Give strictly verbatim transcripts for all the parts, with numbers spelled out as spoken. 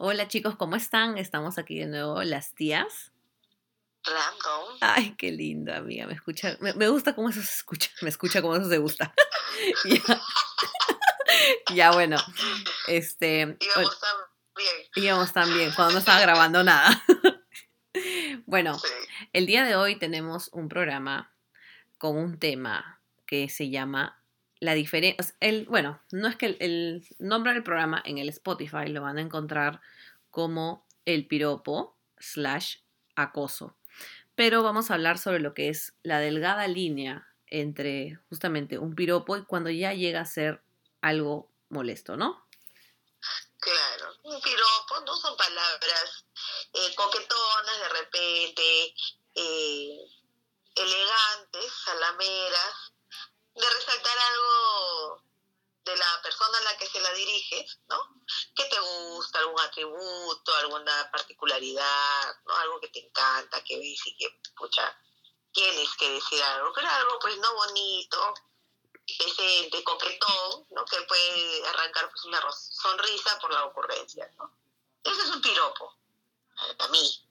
Hola chicos, ¿cómo están? Estamos aquí de nuevo, las tías. Random. Ay, qué lindo, amiga. Me escucha, me, me gusta cómo eso se escucha. Me escucha cómo eso se gusta. Ya, ya, bueno. Este, hoy- Íbamos tan bien. íbamos tan bien cuando no estaba grabando nada. Bueno, Sí. el día de hoy tenemos un programa con un tema que se llama la diferencia. El, bueno, no es que el, el nombre del programa en el Spotify lo van a encontrar como el piropo slash acoso. Pero vamos a hablar sobre lo que es la delgada línea entre justamente un piropo y cuando ya llega a ser algo molesto, ¿no? Claro. Un piropo no son palabras eh, coquetonas de repente, eh, elegantes, salameras, de resaltar algo de la persona a la que se la diriges, ¿no? ¿Qué te gusta? ¿Algún atributo? ¿Alguna particularidad? ¿No? Algo que te encanta, que ves y que, pucha, tienes que decir algo, pero algo pues no bonito, decente, coquetón, ¿no? Que puede arrancar pues una sonrisa por la ocurrencia, ¿no? Ese es un piropo, para mí.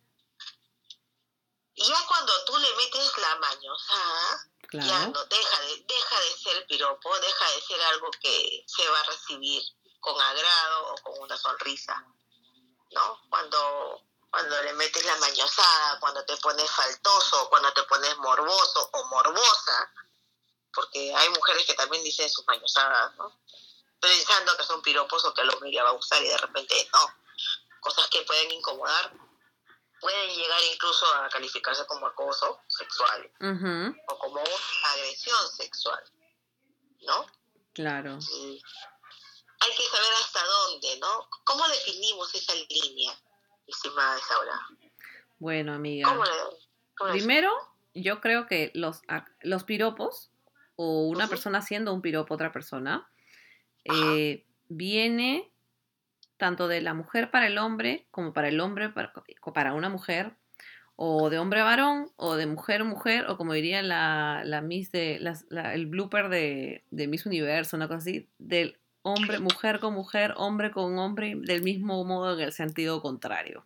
Y ya cuando tú le metes la mañosada, ya Claro. no, deja de, deja de ser piropo, deja de ser algo que se va a recibir con agrado o con una sonrisa, ¿no? Cuando, cuando le metes la mañosada, cuando te pones faltoso, cuando te pones morboso o morbosa, porque hay mujeres que también dicen sus mañosadas, ¿no? Pensando que son piropos o que el hombre ya va a gustar y de repente no. Cosas que pueden incomodar, pueden llegar incluso a calificarse como acoso sexual Ujú, o como agresión sexual, ¿no? claro. Y hay que saber hasta dónde, ¿no? ¿Cómo definimos esa línea, estimada Isaura? Bueno, ¿Cómo amiga. le, cómo le Primero, definimos? yo creo que los, ac- los piropos o una Uh-huh. persona haciendo un piropo a otra persona Ajá, eh, viene tanto de la mujer para el hombre como para el hombre para, para una mujer, o de hombre a varón, o de mujer a mujer, o como diría la, la Miss de, las- la- el blooper de, de Miss Universo, una cosa así, del hombre, mujer con mujer, hombre con hombre, del mismo modo en el sentido contrario.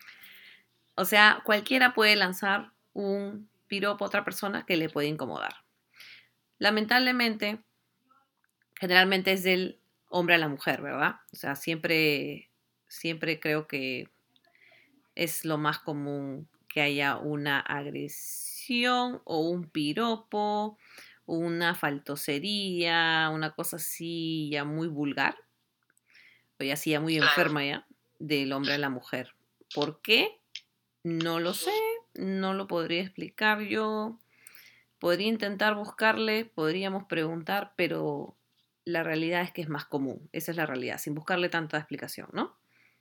O sea, cualquiera puede lanzar un piropo a otra persona que le puede incomodar. Lamentablemente, generalmente es del hombre a la mujer, ¿verdad? O sea, siempre, siempre creo que es lo más común que haya una agresión o un piropo, una faltosería, una cosa así ya muy vulgar, o ya así ya muy claro. enferma ya, del hombre a la mujer. ¿Por qué? No lo sé, Uh-huh. no lo podría explicar yo. Podría intentar buscarle, podríamos preguntar, pero la realidad es que es más común. Esa es la realidad, sin buscarle tanta explicación, ¿no?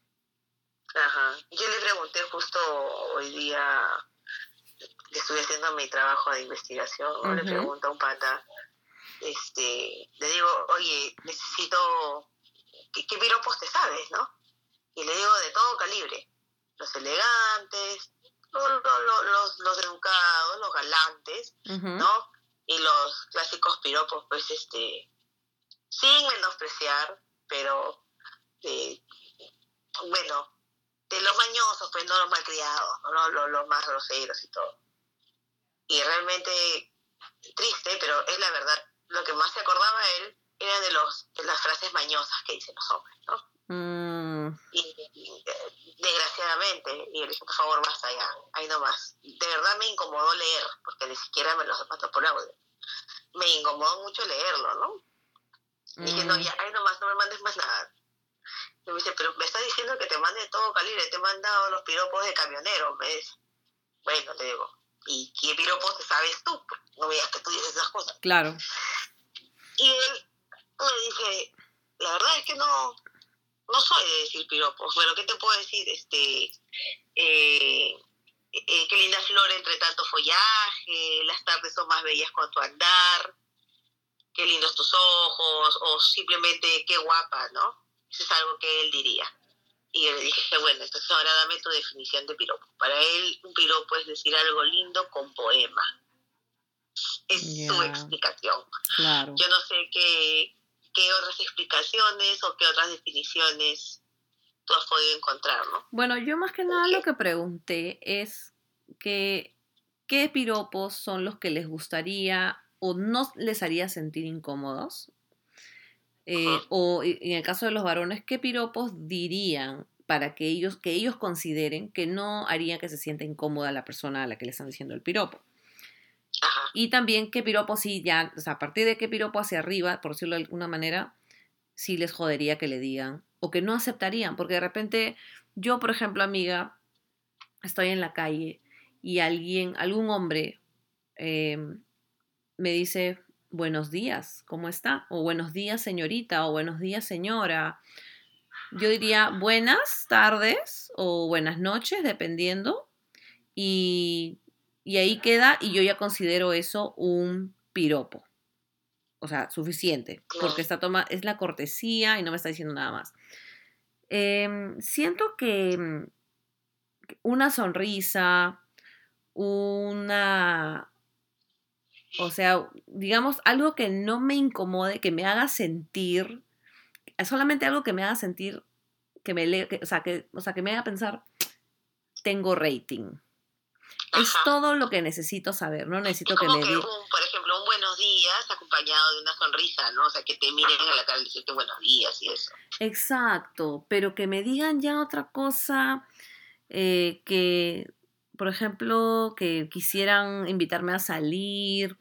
Ajá. Yo le pregunté justo hoy día, que estuve haciendo mi trabajo de investigación, ¿no? Le Ujú. pregunto a un pata, este, le digo, oye, necesito, ¿qué, qué piropos te sabes, no? Y le digo de todo calibre, los elegantes, los, los, los, los educados, los galantes, Ujú. ¿no? Y los clásicos piropos, pues, este, sin menospreciar, pero, eh, bueno, de los mañosos, pues no los malcriados, no los, los, los más groseros y todo. Y realmente triste, pero es la verdad, lo que más se acordaba él era de, los, de las frases mañosas que dicen los hombres, ¿no? Mm, Y, y, desgraciadamente, y le dije, por favor, basta ya, ahí nomás. De verdad me incomodó leer, porque ni siquiera me los mandó por audio. Me incomodó mucho leerlo, ¿no? Y dije, no, mm, ya, ahí nomás, no me mandes más nada. Y me dice, pero me estás diciendo que te mande todo calibre, te he mandado los piropos de camionero. Me dice, bueno, le digo, ¿y qué piropos te sabes tú? No me digas que tú dices esas cosas. claro. Y él me dice, la verdad es que no, no soy de decir piropos, pero ¿qué te puedo decir? Este, eh, eh, qué linda flor entre tanto follaje, las tardes son más bellas con tu andar, qué lindos tus ojos, o simplemente qué guapa, ¿no? Eso es algo que él diría. Y yo le dije, bueno, entonces ahora dame tu definición de piropo. Para él, un piropo es decir algo lindo con poema. Es su Ya, explicación. claro. Yo no sé qué, qué otras explicaciones o qué otras definiciones tú has podido encontrar, ¿no? Bueno, yo más que nada lo que pregunté es que qué piropos son los que les gustaría o no les haría sentir incómodos. Eh, Ujú. o y- en el caso de los varones, ¿qué piropos dirían para que ellos, que ellos consideren que no haría que se sienta incómoda la persona a la que le están diciendo el piropo? Ajá, Y también qué piropo sí ya, o sea, a partir de qué piropo hacia arriba, por decirlo de alguna manera, sí les jodería que le digan o que no aceptarían, porque de repente yo, por ejemplo, amiga, estoy en la calle y alguien, algún hombre eh, me dice buenos días, ¿cómo está? O buenos días, señorita, o buenos días, señora. Yo diría buenas tardes o buenas noches, dependiendo. Y, y ahí queda y yo ya considero eso un piropo. O sea, suficiente, porque claro. esta toma es la cortesía y no me está diciendo nada más. Em, siento que mm, una sonrisa, una, o sea, digamos, algo que no me incomode, que me haga sentir, solamente algo que me haga sentir, que me le, que- o sea, que, o sea, que me haga pensar, tengo rating. Es Ajá. todo lo que necesito saber, no Es necesito que como me que, diga, un, por ejemplo, un buenos días acompañado de una sonrisa, ¿no? O sea, que te miren a la cara y decirte buenos días y eso. exacto, pero que me digan ya otra cosa, eh, que, por ejemplo, que quisieran invitarme a salir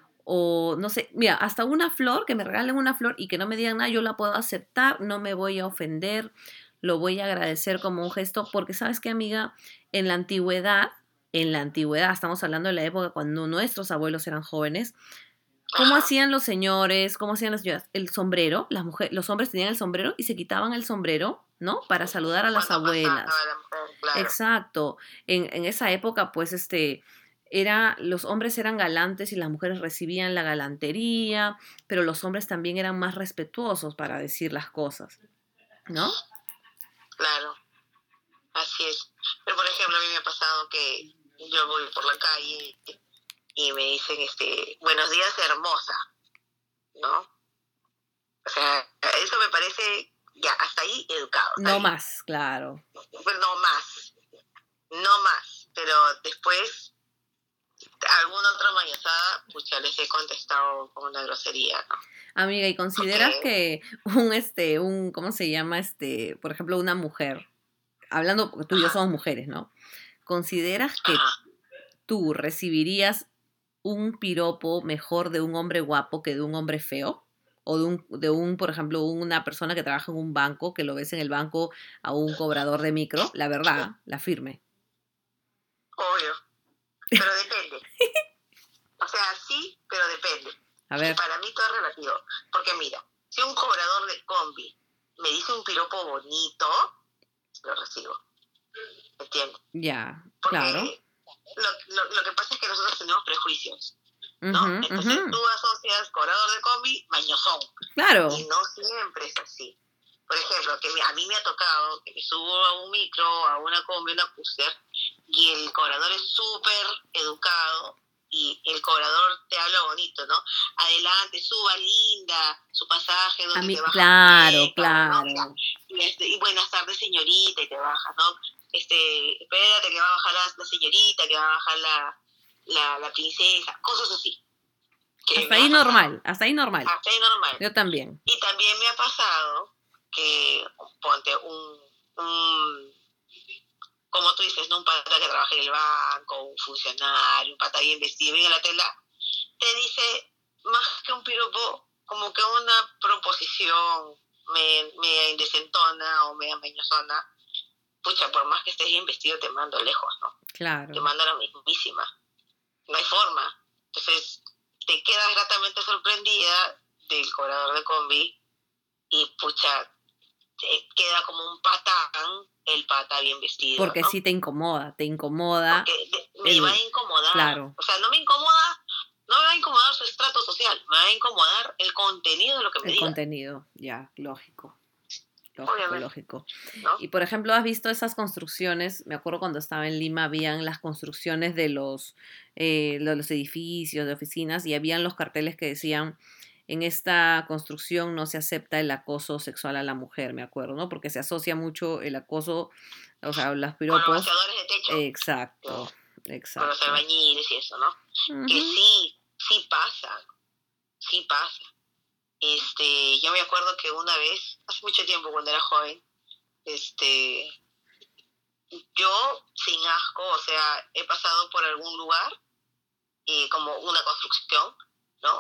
o no sé, mira, hasta una flor, que me regalen una flor y que no me digan nada, yo la puedo aceptar, no me voy a ofender, lo voy a agradecer como un gesto, porque sabes qué, amiga, en la antigüedad, en la antigüedad, estamos hablando de la época cuando nuestros abuelos eran jóvenes, ¿cómo Ajá. hacían los señores? ¿Cómo hacían las señoras? El sombrero, las mujeres, los hombres tenían el sombrero y se quitaban el sombrero, ¿no? Para saludar a las Cuando pasaba abuelas. la mujer, claro. Exacto. En, en esa época, pues, este, era, los hombres eran galantes y las mujeres recibían la galantería, pero los hombres también eran más respetuosos para decir las cosas, ¿no? Claro, así es. Pero, por ejemplo, a mí me ha pasado que yo voy por la calle y me dicen, este, buenos días, hermosa, ¿no? O sea, eso me parece, ya, hasta ahí educado, está No bien. más, claro. Pues no más, no más. Pero después, alguna otra mayasada, pucha, les he contestado con una grosería, ¿no? Amiga, ¿y consideras Porque, que un, este, un, ¿cómo se llama? Este, por ejemplo, una mujer, hablando, porque tú y yo ajá, somos mujeres, ¿no? ¿Consideras que ajá. tú recibirías un piropo mejor de un hombre guapo que de un hombre feo? O de un, de un, por ejemplo, una persona que trabaja en un banco, que lo ves en el banco a un cobrador de micro, la verdad, la firme. Obvio, pero depende. O sea, sí, pero depende. A Y ver, para mí todo es relativo. Porque mira, si un cobrador de combi me dice un piropo bonito, lo recibo. ¿Me entiendes? ya, claro. Porque lo, lo, lo que pasa es que nosotros tenemos prejuicios, Ujú, ¿no? ujú. Entonces tú asocias cobrador de combi, mañosón. Y Claro. no siempre es así. Por ejemplo, que a mí me ha tocado que me subo a un micro, a una combi, una cruiser, y el cobrador es súper educado y el cobrador te habla bonito, ¿no? Adelante, suba linda, su pasaje A donde te mí, baja muy claro, bien, ¿no? Ya. claro. Y, este, y buenas tardes, señorita, y te bajas, ¿no? Este, espérate que va a bajar la, la señorita, que va a bajar la, la, la princesa, cosas así, que Hasta me ahí ha pasado. normal, hasta ahí normal. Hasta ahí normal. Yo también. Y también me ha pasado que, ponte, un, un como tú dices, ¿no? Un pata que trabaja en el banco, un funcionario, un pata bien vestido, bien en la tela, te dice, más que un piropo, como que una proposición me, media indecentona o media meñosona, pucha, por más que estés bien vestido, te mando lejos, ¿no? Te Claro. mando a la mismísima. No hay forma. Entonces, te quedas gratamente sorprendida del cobrador de combi y, pucha, te queda como un patán el pata bien vestido, Porque ¿no? sí te incomoda, te incomoda Porque de- me va a el... incomodar. Claro, O sea, no me incomoda, no me va a incomodar su estrato social, me va a incomodar el contenido de lo que me el diga, contenido, ya, lógico, lógico, obviamente, lógico. ¿no? Y por ejemplo, ¿has visto esas construcciones? Me acuerdo cuando estaba en Lima, habían las construcciones de los, eh, de los edificios, de oficinas, y habían los carteles que decían, en esta construcción no se acepta el acoso sexual a la mujer, me acuerdo, ¿no? Porque se asocia mucho el acoso, o sea, los Con los piropos. vaciadores de techo, Exacto, con los exacto. albañiles y eso, ¿no? Que Ujú. sí, sí pasa, sí pasa. Este, yo me acuerdo que una vez, hace mucho tiempo cuando era joven, este, yo sin asco, o sea, he pasado por algún lugar, eh, como una construcción, ¿no?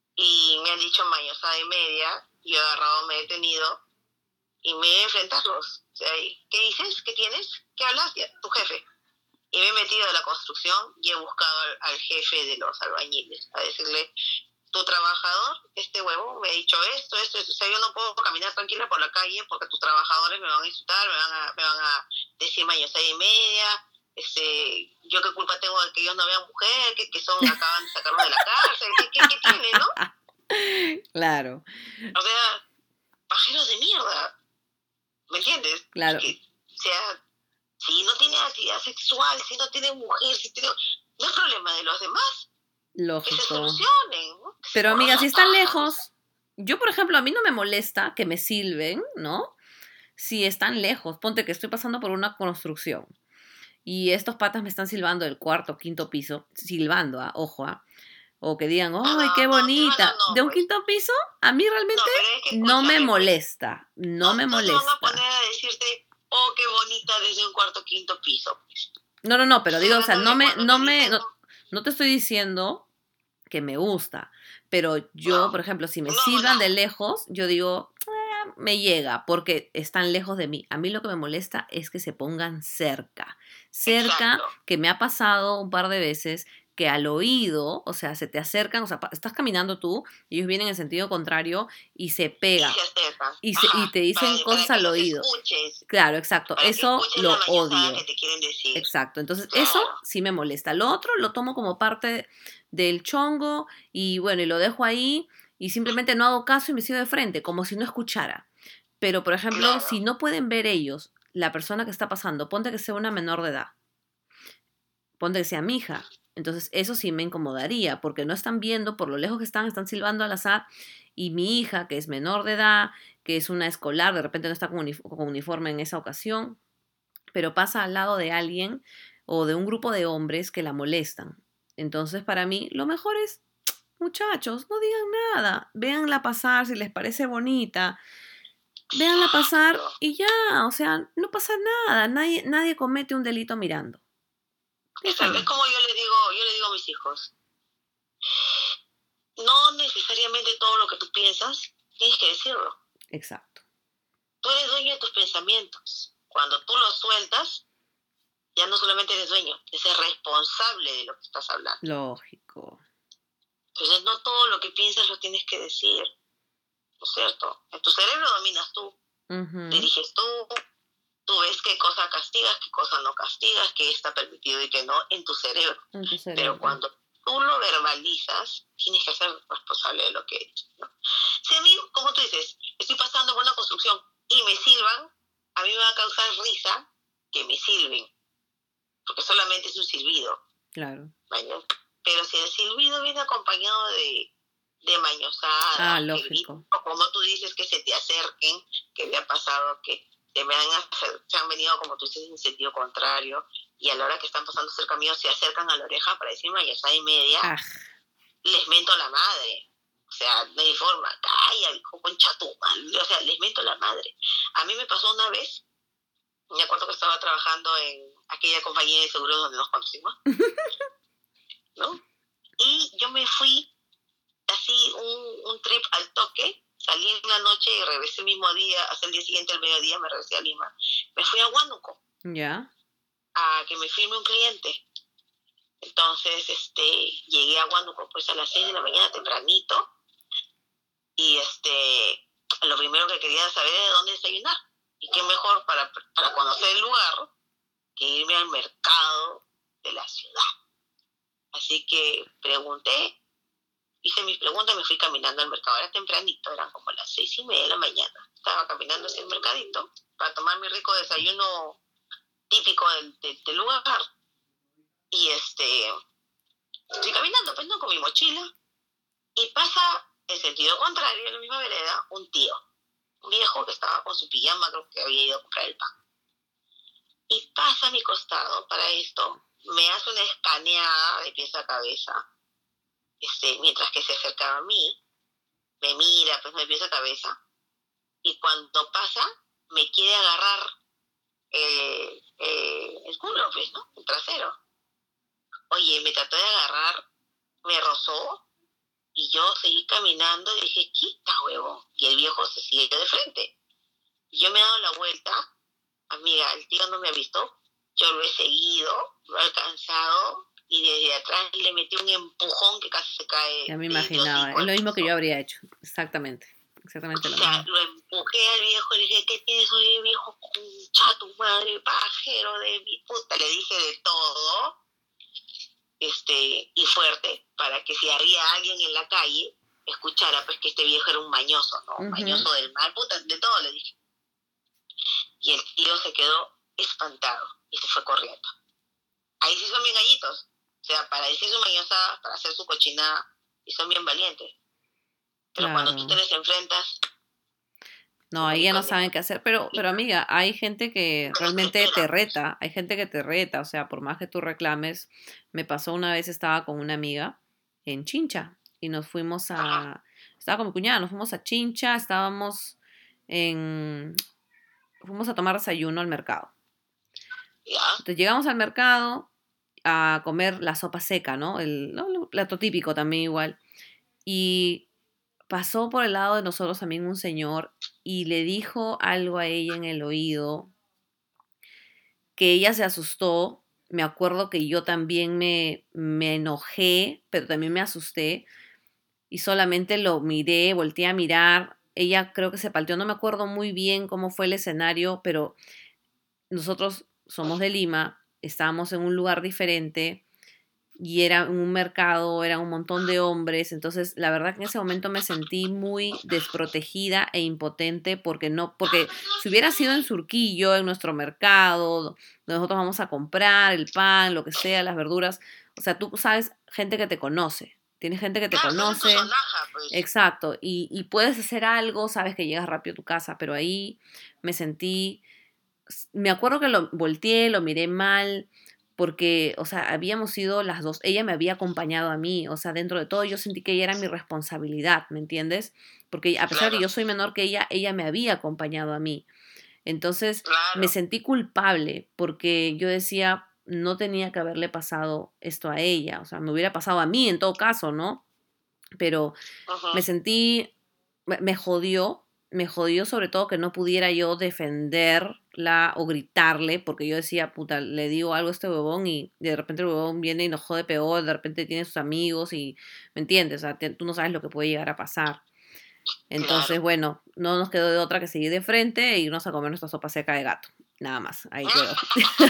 Y me han dicho mañosada y media, yo he agarrado, me he detenido y me he enfrentarlos. O sea, ¿qué dices? ¿Qué tienes? ¿Qué hablas? Ya, tu jefe. Y me he metido a la construcción y he buscado al, al jefe de los albañiles a decirle, tu trabajador, este huevo, me ha dicho esto, esto, esto. O sea, yo no puedo caminar tranquila por la calle porque tus trabajadores me van a insultar, me van a, me van a decir mañosada y media. Este, yo qué culpa tengo de que ellos no vean mujer, que, que son, acaban de sacarlos de la cárcel, ¿qué, qué, qué tiene, no? Claro, O sea, pajeros de mierda, ¿me entiendes? claro, Que, o sea, si no tiene actividad sexual, si no tiene mujer, si tiene... No es problema de los demás, que se lógico. solucionen, ¿no? Que se Pero forran amiga, si la están paja, no sé. lejos, yo por ejemplo, a mí no me molesta que me silben, ¿no? Si están lejos, ponte que estoy pasando por una construcción y estos patas me están silbando del cuarto, quinto piso, silbando, ah, ojo, ah, o que digan, Ah, ¡ay, qué no, no, silbando bonita! no, De un pues. quinto piso, a mí No, realmente pero es que no me escúchame, pues. molesta, No, no me no se van a poner molesta. a decirte, oh, qué bonita desde un cuarto quinto piso. Pues. No, no, no, pero Estoy digo, o sea, hablando no de me, cuando te no me, dicen, no, no te estoy diciendo que me gusta, pero yo, no, por ejemplo, si me no, silban de no. lejos, yo digo, "Ah, me llega, porque están lejos de mí. A mí lo que me molesta es que se pongan cerca, cerca, Exacto, que me ha pasado un par de veces que al oído, o sea, se te acercan, o sea, pa- estás caminando tú, y ellos vienen en sentido contrario y se y pegan se acercan, y, se- y ajá, te para, dicen para cosas que al los oído. escuches, Claro, exacto. para que Eso escuches la lo mayosada que odio. te quieren decir. Exacto, entonces eso Claro, sí me molesta. Lo otro lo tomo como parte del chongo y bueno, y lo dejo ahí y simplemente no hago caso y me sigo de frente, como si no escuchara. Pero, por ejemplo, claro, si no pueden ver ellos, la persona que está pasando, ponte que sea una menor de edad, ponte que sea mi hija, entonces eso sí me incomodaría, porque no están viendo, por lo lejos que están, están silbando al azar, y mi hija, que es menor de edad, que es una escolar, de repente no está con, unif- con uniforme en esa ocasión, pero pasa al lado de alguien o de un grupo de hombres que la molestan. Entonces, para mí, lo mejor es, muchachos, no digan nada, véanla pasar si les parece bonita, véanla pasar exacto. y ya, o sea, no pasa nada, nadie, nadie comete un delito mirando. Exacto. Es Déjalo. como yo le digo, yo le digo a mis hijos, no necesariamente todo lo que tú piensas tienes que decirlo. Exacto. Tú eres dueño de tus pensamientos. Cuando tú los sueltas, ya no solamente eres dueño, eres responsable de lo que estás hablando. Lógico. Entonces no todo lo que piensas lo tienes que decir, ¿no es cierto? En tu cerebro dominas tú, Ujú. diriges tú, tú ves qué cosa castigas, qué cosa no castigas, qué está permitido y qué no en tu cerebro. En tu Pero cerebro. cuando tú lo verbalizas, tienes que ser responsable de lo que dices, ¿no? Si a mí, como tú dices, estoy pasando por una construcción y me silban, a mí me va a causar risa que me silben, porque solamente es un silbido, Claro. ¿no? Pero si el silbido viene acompañado de, de Ah, mañosadas, que lógico. griten, o como tú dices, que se te acerquen, que me ha pasado que se me han, se han venido, como tú dices, en sentido contrario, y a la hora que están pasando cerca mío se acercan a la oreja para decir mayosada y media, Ah, les mento a la madre. O sea, no hay forma, calla, hijo, concha tu madre. O sea, les mento a la madre. A mí me pasó una vez, me acuerdo que estaba trabajando en aquella compañía de seguros donde nos conocimos, ¿no? Y yo me fui así un, un trip al toque, salí en la noche y regresé el mismo día, hasta el día siguiente, al mediodía, me regresé a Lima. Me fui a Huánuco ya. a que me firme un cliente. Entonces, este, llegué a Huánuco pues a las seis de la mañana tempranito y este, lo primero que quería saber era dónde desayunar. Y qué mejor para, para conocer el lugar que irme al mercado de la ciudad. Así que pregunté, hice mis preguntas, me fui caminando al mercado. Era tempranito, eran como las seis y media de la mañana. Estaba caminando hacia el mercadito para tomar mi rico desayuno típico del, del, del lugar. Y este, estoy caminando, pues no, con mi mochila. Y pasa en sentido contrario, en la misma vereda, un tío, un viejo que estaba con su pijama, creo que había ido a comprar el pan. Y pasa a mi costado para esto, me hace una escaneada de pies a cabeza, este, mientras que se acercaba a mí, me mira, pues me pies a cabeza, y cuando pasa, me quiere agarrar eh, eh, el culo, pues, ¿no? El trasero. Oye, me trató de agarrar, me rozó, y yo seguí caminando y dije, quita, huevo. Y el viejo se sigue de frente. Y yo me he dado la vuelta, amiga, el tío no me ha visto, yo lo he seguido, lo he alcanzado, y desde atrás le metí un empujón que casi se cae Ya me de, de imaginaba. hocico Es al lo mismo que piso. yo habría hecho. Exactamente. Exactamente O lo sea, mismo. lo empujé al viejo y le dije, ¿qué tienes hoy, viejo? Concha tu madre, pajero de mi puta. Le dije de todo, este, y fuerte, para que si había alguien en la calle, escuchara pues que este viejo era un mañoso, ¿no? Un Ujú. mañoso del mal, puta, de todo le dije. Y el tío se quedó espantado y se fue corriendo. Ahí sí son bien gallitos. O sea, para decir su mañosa, para hacer su cochinada, y son bien valientes. Pero cuando tú te Claro. les enfrentas, No, como ahí ya no maricones, saben qué hacer. Pero, pero amiga, hay gente que te realmente te desesperan, pues. reta. Hay gente que te reta. O sea, por más que tú reclames. Me pasó una vez, estaba con una amiga en Chincha. Y nos fuimos Ajá, a. Estaba con mi cuñada, nos fuimos a Chincha. Estábamos en. Fuimos a tomar desayuno al mercado. ya, Entonces llegamos al mercado a comer la sopa seca, ¿no? El, ¿no? El plato típico también igual. Y pasó por el lado de nosotros también un señor y le dijo algo a ella en el oído que ella se asustó. Me acuerdo que yo también me, me enojé, pero también me asusté y solamente lo miré, volteé a mirar. Ella creo que se palteó, no me acuerdo muy bien cómo fue el escenario, pero nosotros somos de Lima, estábamos en un lugar diferente y era un mercado, era un montón de hombres, entonces la verdad que en ese momento me sentí muy desprotegida e impotente porque no, porque si hubiera sido en Surquillo, en nuestro mercado, donde nosotros vamos a comprar el pan, lo que sea, las verduras, o sea, tú sabes, gente que te conoce, tienes gente que te claro, estás en tu conoce, sonaja, pues. exacto, y, y puedes hacer algo, sabes que llegas rápido a tu casa, pero ahí me sentí, me acuerdo que lo volteé, lo miré mal, porque, o sea, habíamos sido las dos, ella me había acompañado a mí, o sea, dentro de todo yo sentí que ella era mi responsabilidad, ¿me entiendes? Porque a pesar de que Claro, yo soy menor que ella, ella me había acompañado a mí. Entonces me claro. sentí culpable porque yo decía, no tenía que haberle pasado esto a ella, o sea, me hubiera pasado a mí en todo caso, ¿no? Pero Uh-huh. me sentí, me, me jodió, me jodió sobre todo que no pudiera yo defenderla o gritarle, porque yo decía, puta, le digo algo a este huevón y de repente el huevón viene y nos jode peor, de repente tiene sus amigos y, ¿me entiendes? O sea, te- tú no sabes lo que puede llegar a pasar. Entonces, Claro. bueno, no nos quedó de otra que seguir de frente e irnos a comer nuestra sopa seca de gato. Nada más, ahí quedó.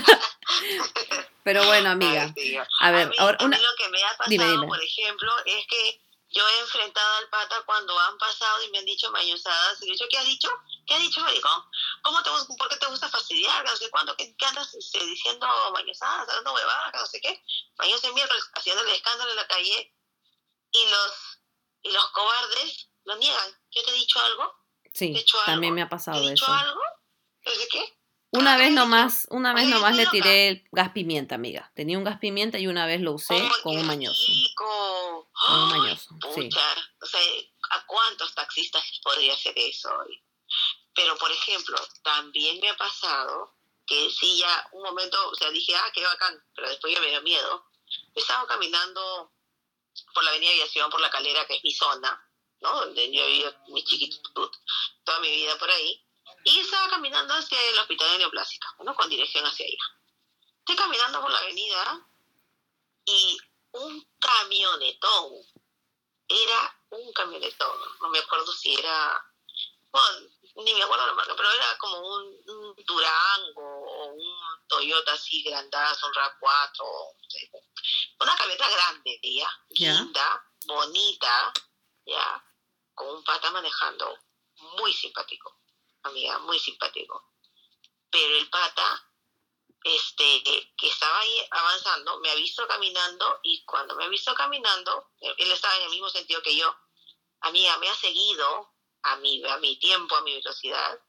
Pero bueno, Ay, amiga, sí, yo. a A ver, mí, ahora a mí una, lo que me ha dime, pasado, dime. por ejemplo, es que yo he enfrentado al pata cuando han pasado y me han dicho mañosadas. Y le he dicho, ¿qué has dicho? ¿Qué has dicho, maricón? ¿Cómo te, gus- ¿Por qué te gusta fastidiar? No sé cuándo. ¿Qué, qué andas este, diciendo mañosadas, hablando huevadas, no sé qué? Mañosa miércoles, haciendo el escándalo en la calle. Y los, y los cobardes lo niegan. ¿Yo te he dicho algo? ¿Te he Sí, hecho también me algo? ha ¿Te he pasado dicho eso. algo? ¿No sé qué? Una Nada, ¿qué vez me has dicho? nomás, una vez Oye, nomás estoy le loca. tiré el gas pimienta, amiga. Tenía un gas pimienta y una vez lo ¡Oh, usé con qué un mañoso. rico! Con un ¡Ay, mañoso, sí. pucha! O sea, ¿a cuántos taxistas les podría hacer eso? Pero, por ejemplo, también me ha pasado que sí, ya un momento, o sea, dije, ah, qué bacán, pero después ya me dio miedo. Yo estaba caminando por la avenida Aviación, por la Calera, que es mi zona, ¿no? Donde yo he vivido mi chiquitud, toda mi vida por ahí. Y estaba caminando hacia el hospital de Neoplásica, ¿no? Con dirección hacia allá. Estoy caminando por la avenida y un camionetón, era un camionetón, no me acuerdo si era, bueno, ni me acuerdo la marca, pero era como un, un Durango o un Toyota así grandazo, un RAV cuatro, no sé, una camioneta grande, ya, ¿Ya? linda, bonita, ya, con un pata manejando, muy simpático, amiga, muy simpático. Pero el pata, este, que estaba ahí avanzando, me ha visto caminando y cuando me ha visto caminando, él estaba en el mismo sentido que yo, amiga, me ha seguido a mi, a mi tiempo, a mi velocidad,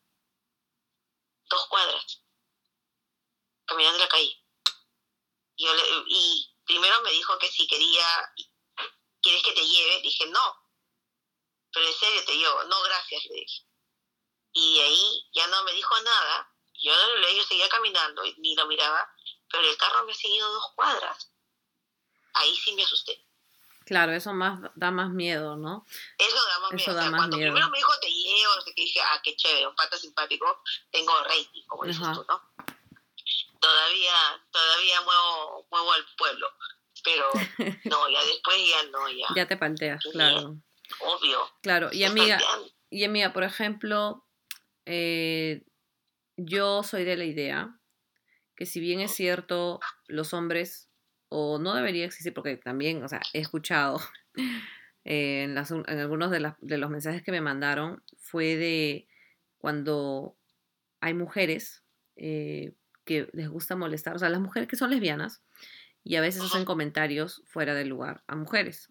dos cuadras, caminando en la calle. Y, yo le, y primero me dijo que si quería, ¿quieres que te lleve? Dije, no, pero en serio te llevo. No, gracias, le dije. Y de ahí ya no me dijo nada. Yo no lo leí, yo seguía caminando, ni lo miraba, pero el carro me ha seguido dos cuadras. Ahí sí me asusté. Claro, eso más da más miedo, ¿no? Eso da más eso miedo. Da o sea, más cuando miedo. primero me dijo te llevo, o sea, que dije, ah, qué chévere, un pata simpático, tengo rating, como dices Ajá. tú, ¿no? Todavía, todavía muevo, muevo al pueblo, pero no, ya después ya no, ya. Ya te palteas, Qué claro. bien. Obvio. Claro, y Estás amiga, palteando. y amiga, por ejemplo, eh, yo soy de la idea que si bien es cierto, los hombres, o no debería existir, porque también, o sea, he escuchado eh, en, las, en algunos de, las, de los mensajes que me mandaron, fue de cuando hay mujeres eh, que les gusta molestar, o sea, las mujeres que son lesbianas, y a veces hacen Ajá. comentarios fuera del lugar a mujeres.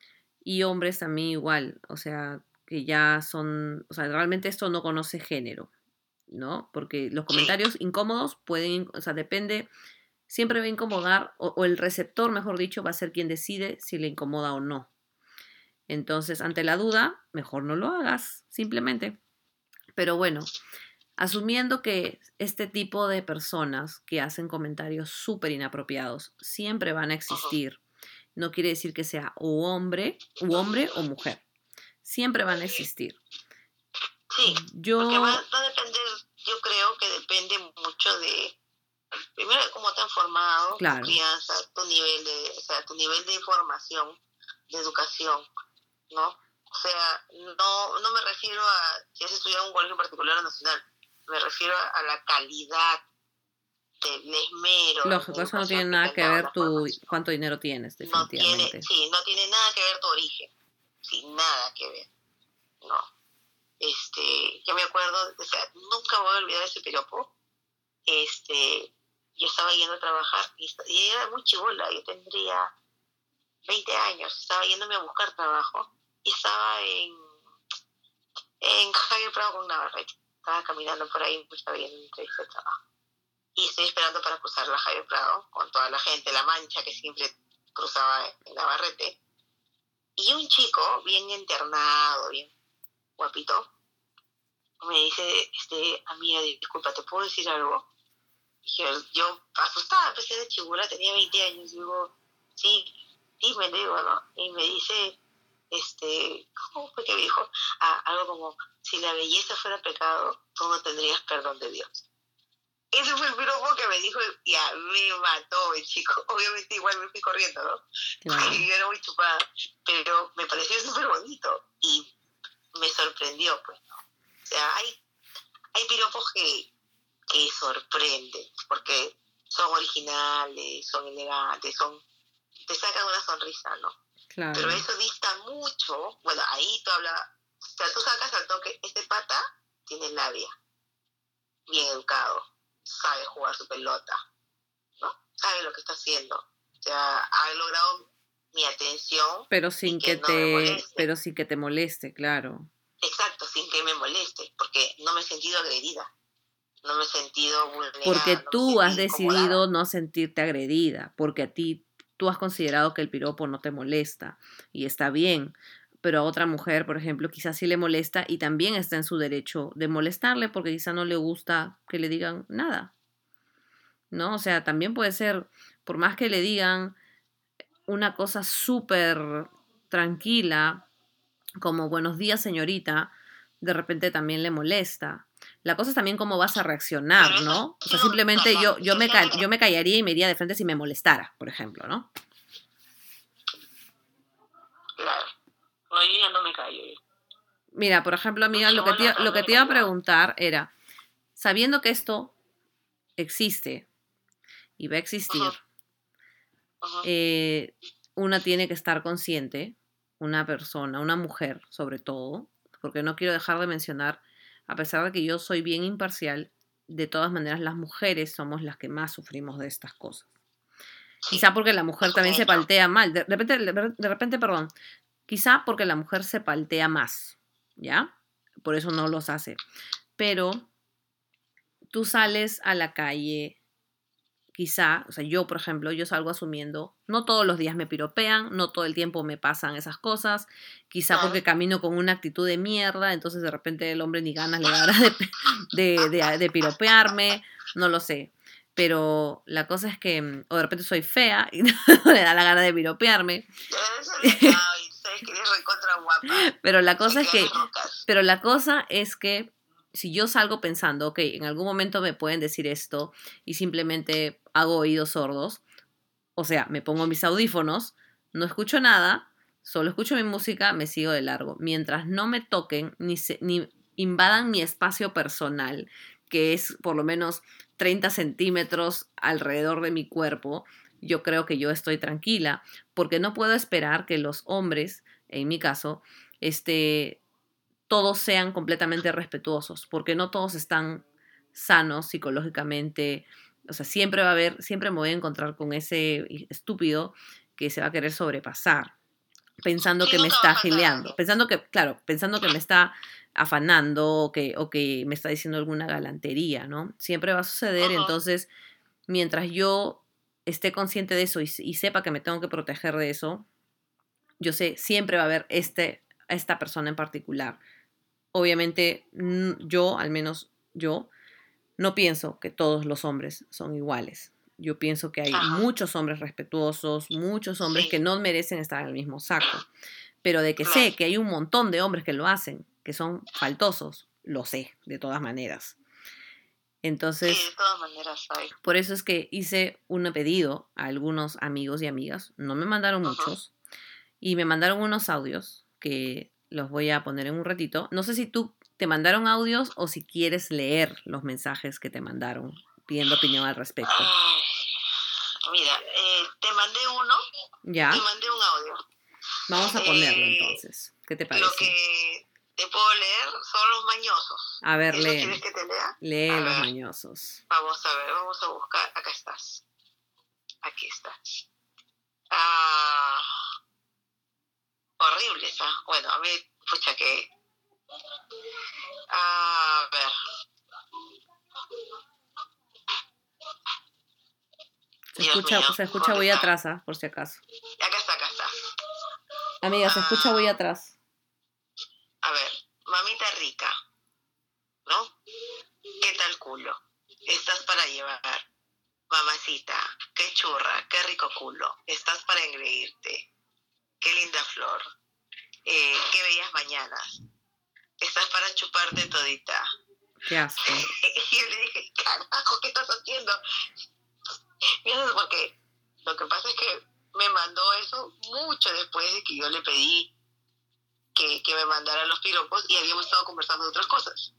Y hombres también igual, o sea, que ya son, o sea, realmente esto no conoce género, ¿no? Porque los Sí, comentarios incómodos pueden, o sea, depende, siempre va a incomodar, o, o el receptor, mejor dicho, va a ser quien decide si le incomoda o no. Entonces, ante la duda, mejor no lo hagas, simplemente. Pero bueno, asumiendo que este tipo de personas que hacen comentarios súper inapropiados siempre van a ajá. existir, no quiere decir que sea o hombre, u hombre o mujer. Siempre van a existir. Sí, porque va, Yo, va a depender, yo creo que depende mucho de, primero, de cómo te han formado, tu claro, crianza, tu nivel de, o sea, tu nivel de formación, de educación, ¿no? O sea, no, no me refiero a si has estudiado en un colegio particular o nacional, me refiero a la calidad del esmero en la lógico, eso no tiene educación que te nada han que dado, ver la tu formación. cuánto dinero tienes, No tiene, definitivamente. sí, no tiene nada que ver tu origen, sin nada que ver, ¿no? Este, yo me acuerdo, o sea, nunca voy a olvidar ese piropo. Este, yo estaba yendo a trabajar y, y era muy chibola, yo tendría veinte años, estaba yéndome a buscar trabajo y estaba en, en Javier Prado con Navarrete. Estaba caminando por ahí, pues estaba yendo a una entrevista de trabajo. Y estoy esperando para cruzar la Javier Prado con toda la gente, la mancha que siempre cruzaba en Navarrete. Y un chico, bien internado, bien guapito, me dice, este, amiga, disculpa, ¿te puedo decir algo? Y yo, yo asustada, empecé de chibula, tenía veinte años, digo, sí, dime, le digo, ¿no? Y me dice, este, ¿cómo fue que me dijo? Ah, algo como, si la belleza fuera pecado, tú no tendrías perdón de Dios. Ese fue el piropo que me dijo, ya, me mató el chico. Obviamente igual me fui corriendo, ¿no? Claro. Yo era muy chupada, pero me pareció súper bonito y me sorprendió, pues, ¿no? O sea, hay, hay piropos que, que sorprenden, porque son originales, son elegantes, son, te sacan una sonrisa, ¿no? Claro. Pero eso dista mucho, bueno, ahí tú hablas, o sea, tú sacas al toque, este pata tiene labia, bien educado, sabe jugar su pelota, ¿no? Sabe lo que está haciendo, o sea, ha logrado mi atención Pero y sin que que no me te, moleste. pero sin que te moleste, claro. Exacto, sin que me moleste, porque no me he sentido agredida, no me he sentido vulnerada, Porque no me he tú has sentido incomodada. decidido no sentirte agredida, porque a ti tú has considerado que el piropo no te molesta y está bien, pero a otra mujer, por ejemplo, quizás sí le molesta y también está en su derecho de molestarle porque quizás no le gusta que le digan nada, ¿no? O sea, también puede ser, por más que le digan una cosa súper tranquila, como buenos días, señorita, de repente también le molesta. La cosa es también cómo vas a Pero reaccionar, eso ¿no? O sea, no, simplemente yo, yo, me, ca- sinceramente, yo me callaría y me iría de frente si me molestara, por ejemplo, ¿no? claro, no, yo ya no me callo. Mira, por ejemplo, Un amiga, lo que te, chibola iba- lo no que me te iba a callaba. preguntar era, sabiendo que esto existe y va a Ujú, existir, ujú. eh, una tiene que estar consciente, una persona, una mujer sobre todo, porque no quiero dejar de mencionar, a pesar de que yo soy bien imparcial, de todas maneras las mujeres somos las que más sufrimos de estas cosas. Sí, Quizá porque la mujer eso me también han se dicho. paltea mal. De repente, de repente, perdón, Quizá porque la mujer se paltea más, ¿ya? Por eso no los hace. Pero tú sales a la calle, quizá, o sea, yo, por ejemplo, yo salgo asumiendo, no todos los días me piropean, no todo el tiempo me pasan esas cosas, quizá Claro. porque camino con una actitud de mierda, entonces de repente el hombre ni ganas le dará de, de, de, de piropearme, no lo sé. Pero la cosa es que, o de repente soy fea y no le da la gana de piropearme. Eso le da, y sabes que eres recontra guapa. Pero la cosa Se es que, quedan rocas. pero la cosa es que si yo salgo pensando, ok, en algún momento me pueden decir esto y simplemente hago oídos sordos, o sea, me pongo mis audífonos, no escucho nada, solo escucho mi música, me sigo de largo. Mientras no me toquen ni, se, ni invadan mi espacio personal, que es por lo menos treinta centímetros alrededor de mi cuerpo, yo creo que yo estoy tranquila, porque no puedo esperar que los hombres, en mi caso, este, todos sean completamente respetuosos, porque no todos están sanos psicológicamente. O sea, siempre va a haber, siempre me voy a encontrar con ese estúpido que se va a querer sobrepasar, pensando Sí, que me nunca va a está pasar. gileando, pensando que, claro, pensando que me está afanando o que, o que me está diciendo alguna galantería, ¿no? Siempre va a suceder, y Ujú. entonces, mientras yo esté consciente de eso y, y sepa que me tengo que proteger de eso, yo sé, siempre va a haber este, esta persona en particular. Obviamente, mm, yo, al menos yo, no pienso que todos los hombres son iguales. Yo pienso que hay Ajá. muchos hombres respetuosos, muchos hombres Sí. que no merecen estar en el mismo saco. Pero de que Claro. sé que hay un montón de hombres que lo hacen, que son faltosos, lo sé, de todas maneras. Sí, Entonces, de todas maneras hay. por eso es que hice un pedido a algunos amigos y amigas. No me mandaron Ujú. muchos. Y me mandaron unos audios que los voy a poner en un ratito. No sé si tú te mandaron audios o si quieres leer los mensajes que te mandaron pidiendo opinión al respecto. Ay, mira, eh, te mandé uno, te ¿Ya? mandé un audio. Vamos a ponerlo Eh, entonces. ¿Qué te Lo parece? que te puedo leer son los mañosos. A ver, ¿Eso lee. quieres que te lea? Lee A los ver, mañosos. vamos a ver, vamos a buscar. Acá estás. Aquí estás. Ah, horribles, ¿ah? Bueno, a mí, pucha que... A ver. Se Dios escucha, mío, se escucha ¿dónde muy está? atrás, ¿ah? Por si acaso. Acá está, acá está. Amiga, se escucha muy Ah, atrás. a ver, mamita rica, ¿no? ¿Qué tal culo? Estás para llevar. Mamacita, qué churra, qué rico culo. Estás para engreírte. Qué linda flor. Eh, qué bellas mañanas. Estás para chuparte todita. Qué asco. Y yo le dije, carajo, ¿qué estás haciendo? Y eso es porque lo que pasa es que me mandó eso mucho después de que yo le pedí que, que me mandara los piropos y habíamos estado conversando de otras cosas.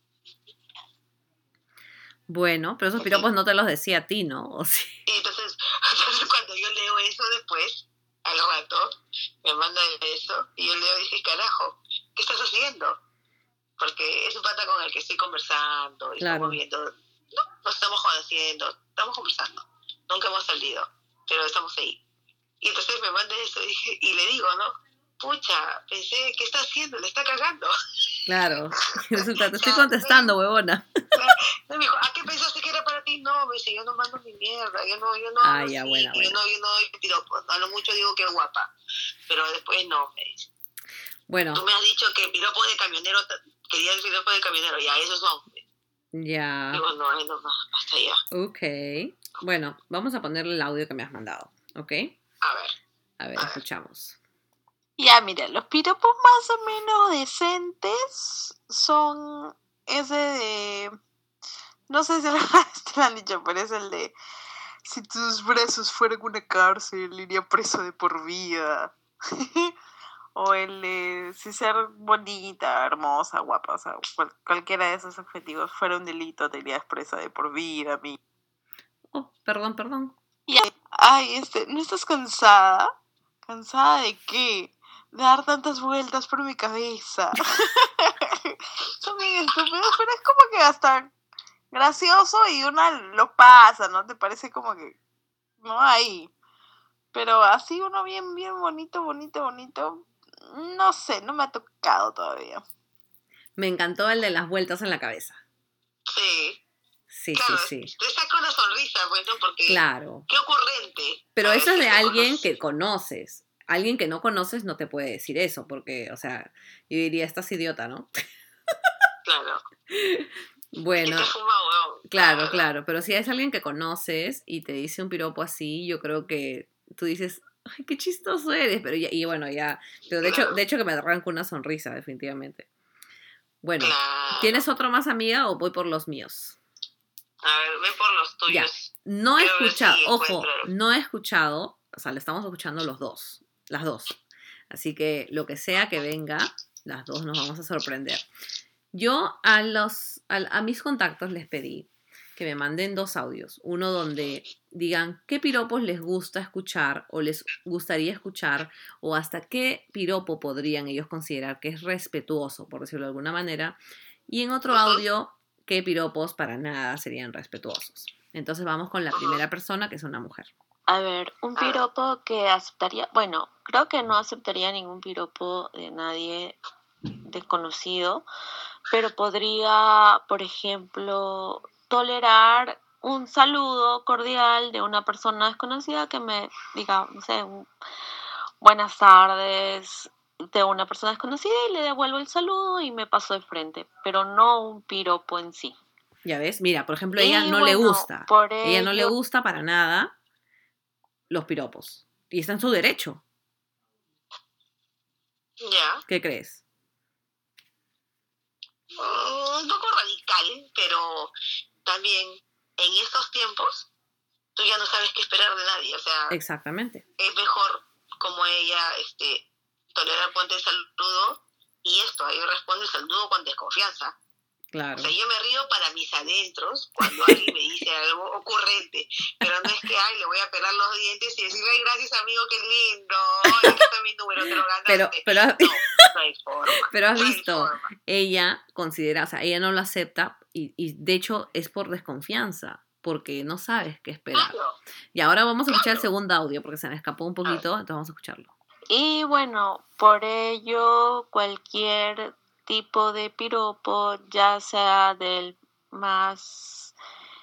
Bueno, pero esos piropos no te los decía a ti, ¿no? ¿O sí? Y entonces, entonces cuando yo leo eso después, al rato, me mandan eso y yo leo y dije, carajo, ¿qué estás haciendo? Porque es un pata con el que estoy conversando y Claro. estamos viendo, no, no estamos conociendo, estamos conversando, nunca hemos salido, pero estamos ahí. Y entonces me manda eso y, dije, y le digo, ¿no? Pucha, pensé, ¿qué está haciendo? Le está cagando. Claro. Resulta, te estoy O sea, contestando, huevona. me dijo, ¿a qué pensaste que era para ti? No, me dice, yo no mando mi mierda, yo no, yo no Ah, hablo ya, así, buena, que yo buena. no, yo no doy piropos, a lo mucho digo que es guapa, pero después no, me dice. Bueno, Tú me has dicho que piropo de camionero, quería el piropo de camionero, ya, esos son. ya. Digo, no, no, no, hasta allá. Ok. Bueno, vamos a ponerle el audio que me has mandado, ¿ok? A ver. A ver, A ver. escuchamos. Ya, mira, los piropos más o menos decentes son ese de... No sé si alguna vez te lo han dicho, pero es el de... Si tus brazos fueran una cárcel, iría preso de por vida. O el de... Si ser bonita, hermosa, guapa, o sea, cual- cualquiera de esos objetivos fuera un delito, te irías presa de por vida, mi. Oh, perdón, perdón. Ya. Ay, este, ¿no estás cansada? ¿Cansada de qué? De dar tantas vueltas por mi cabeza. Son bien estúpidos, pero es como que hasta gracioso y una lo pasa, ¿no? Te parece como que no hay. Pero así uno bien, bien bonito, bonito, bonito. no sé, no me ha tocado todavía. Me encantó el de las vueltas en la cabeza. Sí. Sí, Claro, sí, sí. te saca una sonrisa, pues, ¿no? Porque Claro. qué ocurrente. Pero A eso es veces de te alguien conoces. que conoces. Alguien que no conoces no te puede decir eso, porque, o sea, yo diría, estás idiota, ¿no? Claro. Bueno, Y te fuma, weón. claro, claro, pero si es alguien que conoces y te dice un piropo así, yo creo que tú dices, ay, qué chistoso eres, pero ya, y bueno, ya, pero de hecho, Claro. de hecho que me arranca una sonrisa, definitivamente. Bueno, Claro. ¿tienes otro más, amiga, o voy por los míos? A ver, ve por los Ya, tuyos. no he Quiero ver si escuchado, ojo, encuentro. no he escuchado, o sea, le estamos escuchando los dos, las dos. Así que lo que sea que venga, las dos nos vamos a sorprender. Yo a los a, a mis contactos les pedí que me manden dos audios, uno donde digan qué piropos les gusta escuchar o les gustaría escuchar o hasta qué piropo podrían ellos considerar que es respetuoso, por decirlo de alguna manera, y en otro Ujú. audio qué piropos para nada serían respetuosos. Entonces vamos con la Ujú. primera persona, que es una mujer. A ver, un A ver. piropo que aceptaría, bueno, creo que no aceptaría ningún piropo de nadie desconocido, pero podría, por ejemplo, tolerar un saludo cordial de una persona desconocida que me diga, no sé, un buenas tardes de una persona desconocida y le devuelvo el saludo y me paso de frente, pero no un piropo en sí. Ya ves, mira, por ejemplo, a ella Y no le bueno, gusta, por ella no le ello, gusta para nada los piropos. Y está en su derecho. Ya. ¿Qué crees? Mm, un poco radical, pero también en estos tiempos tú ya no sabes qué esperar de nadie. O sea, Exactamente. es mejor como ella este, tolerar ponte el saludo y esto, ahí responde el saludo con desconfianza. Claro. O sea, yo me río para mis adentros cuando alguien me dice algo ocurrente, pero no es que, ay, le voy a pelar los dientes y decirle, ay, gracias, amigo, qué lindo, ay, aquí está mi número, te lo ganaste. Pero, pero, No, no hay forma. pero has no hay visto, forma. ella considera, o sea, ella no lo acepta y, y de hecho es por desconfianza, porque no sabes qué esperar. Claro. Y ahora vamos a escuchar el Claro. segundo audio porque se me escapó un poquito, entonces vamos a escucharlo. y bueno, por ello cualquier tipo de piropo, ya sea del más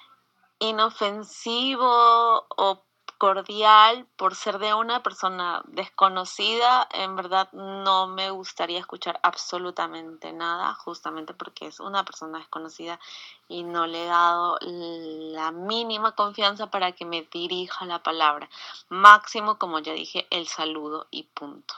inofensivo o cordial por ser de una persona desconocida, en verdad no me gustaría escuchar absolutamente nada, justamente porque es una persona desconocida y no le he dado la mínima confianza para que me dirija la palabra. Máximo, como ya dije, el saludo y punto.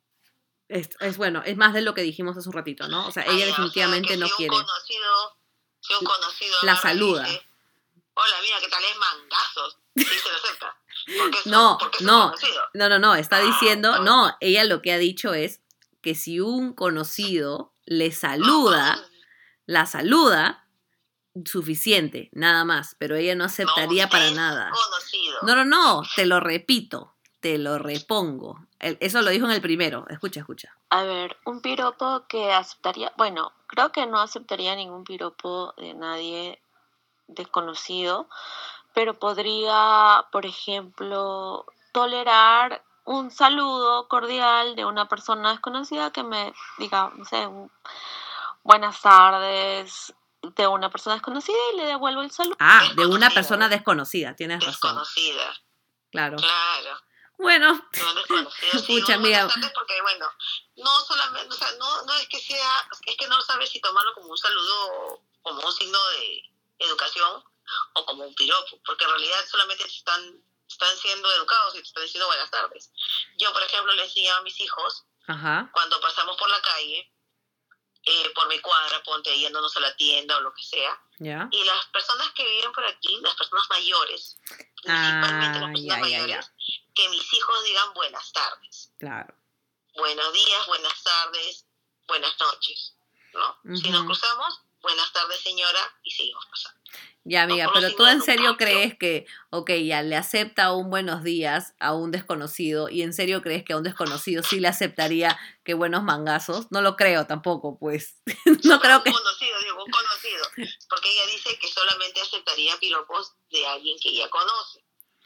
Es, es bueno, es más de lo que dijimos hace un ratito, ¿no? O sea, Ah, ella ya, definitivamente o sea, que no si un quiere. conocido, si un conocido La agarra y saluda. dice, hola, mira, ¿qué tal es mangazos? Sí, se lo acepta. Porque es, No, un, porque es un no, conocido. no, no, no, está Ah, diciendo, ah, no, ella lo que ha dicho es que si un conocido le ah, saluda, la saluda, suficiente, nada más, pero ella no aceptaría no, para es nada. conocido. No, no, no, te lo repito, te lo repongo. El- Eso lo dijo en el primero, escucha, escucha. A ver, un piropo que aceptaría, bueno, creo que no aceptaría ningún piropo de nadie desconocido, pero podría, por ejemplo, tolerar un saludo cordial de una persona desconocida que me diga, no sé, un buenas tardes de una persona desconocida y le devuelvo el saludo. Ah, de una Desconocida, persona ¿eh? desconocida, tienes razón. Desconocida. Claro. Claro. Bueno, No desconocido, sí, pucha, un buenas amiga, tardes porque, bueno, no solamente, o sea, no, no es que sea, es que no sabes si tomarlo como un saludo, como un signo de educación o como un piropo, porque en realidad solamente te están, están siendo educados y te están diciendo buenas tardes. Yo, por ejemplo, le enseñaba a mis hijos, ajá, cuando pasamos por la calle, eh, por mi cuadra, ponte yéndonos a la tienda o lo que sea, ya. y las personas que viven por aquí, las personas mayores, principalmente las Ah, personas ya, ya, mayores, ya, que mis hijos digan buenas tardes. claro. Buenos días, buenas tardes, buenas noches, ¿no? Ujú. Si nos cruzamos, buenas tardes, señora, y seguimos pasando. Ya, amiga, No, por un pero signo tú de en serio educación. crees que, ok, ya le acepta un buenos días a un desconocido y en serio crees que a un desconocido sí le aceptaría que buenos mangazos? No lo creo tampoco, pues. No No, pero creo un que... conocido, digo, un conocido. Porque ella dice que solamente aceptaría piropos de alguien que ella conoce.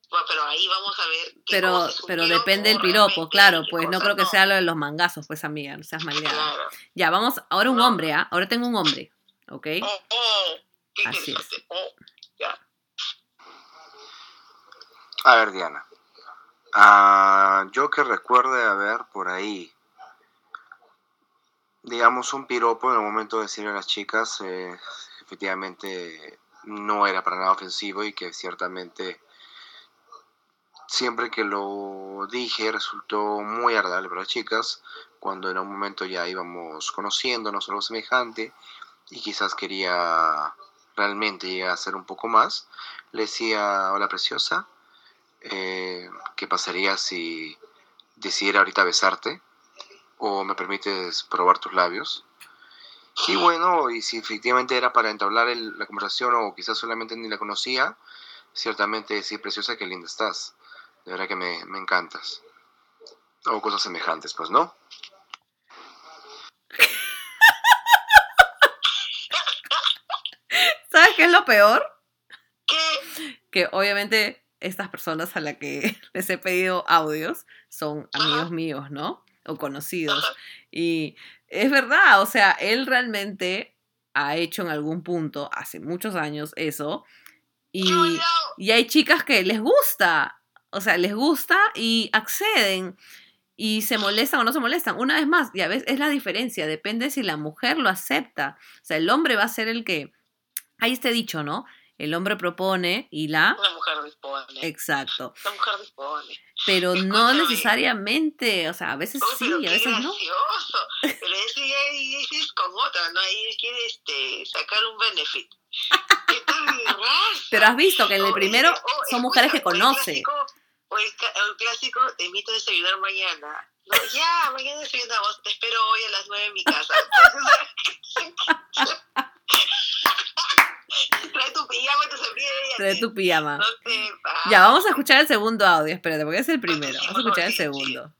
Bueno, pero ahí vamos a ver qué Pero, cosa es un pero piropo depende del piropo, realmente claro, y qué pues no cosa creo que no. sea lo de los mangazos, pues amiga, no seas maleada. Claro. Ya, vamos, ahora un No. hombre, ¿ah? Ahora tengo un hombre, ¿ok? Oh, oh, qué Así es. interesante. Oh, ya. A ver, Diana. Ah, yo que recuerde haber por ahí, digamos, un piropo en el momento de decirle a las chicas, eh, efectivamente no era para nada ofensivo y que ciertamente siempre que lo dije resultó muy agradable para las chicas, cuando en un momento ya íbamos conociéndonos algo semejante y quizás quería realmente llegar a ser un poco más, le decía, hola preciosa, eh, ¿qué pasaría si decidiera ahorita besarte? ¿O me permites probar tus labios? Y bueno, y si efectivamente era para entablar el- la conversación o quizás solamente ni la conocía, ciertamente sí, preciosa, qué linda estás. De verdad que me, me encantas. O cosas semejantes, pues, ¿no? ¿Sabes qué es lo peor? ¿Qué? Que obviamente estas personas a las que les he pedido audios son amigos Ajá. míos, ¿no? O conocidos. Ajá. Y es verdad, o sea, él realmente ha hecho en algún punto, hace muchos años, eso. ¡Qué Y, bailado! y hay chicas que les gusta, o sea, les gusta y acceden. Y se molestan o no se molestan. Una vez más, ya ves, es la diferencia. Depende si la mujer lo acepta. O sea, el hombre va a ser el que... Ahí está dicho, ¿no? El hombre propone y la... La mujer dispone. Exacto. La mujer dispone. Pero no Escúchame. necesariamente, o sea, a veces Uy, pero sí, a qué veces no. gracioso. Pero ese ya ese es con otra, ¿no? Ahí él quiere este, sacar un benefit. Esta es mi raza. Pero has visto que en el O primero ese- o, son mujeres que escucha, conoce. O el clásico, o el, ca- el clásico, te invito a desayunar mañana. No, ya, mañana desayunamos. Te espero hoy a las nueve en mi casa. Trae tu pijama y tu sombrilla. Trae tu pijama. No te pases. Ya, vamos a escuchar el segundo audio. Espérate, porque es el primero. Sí, Vamos a por favor, escuchar el sí, segundo.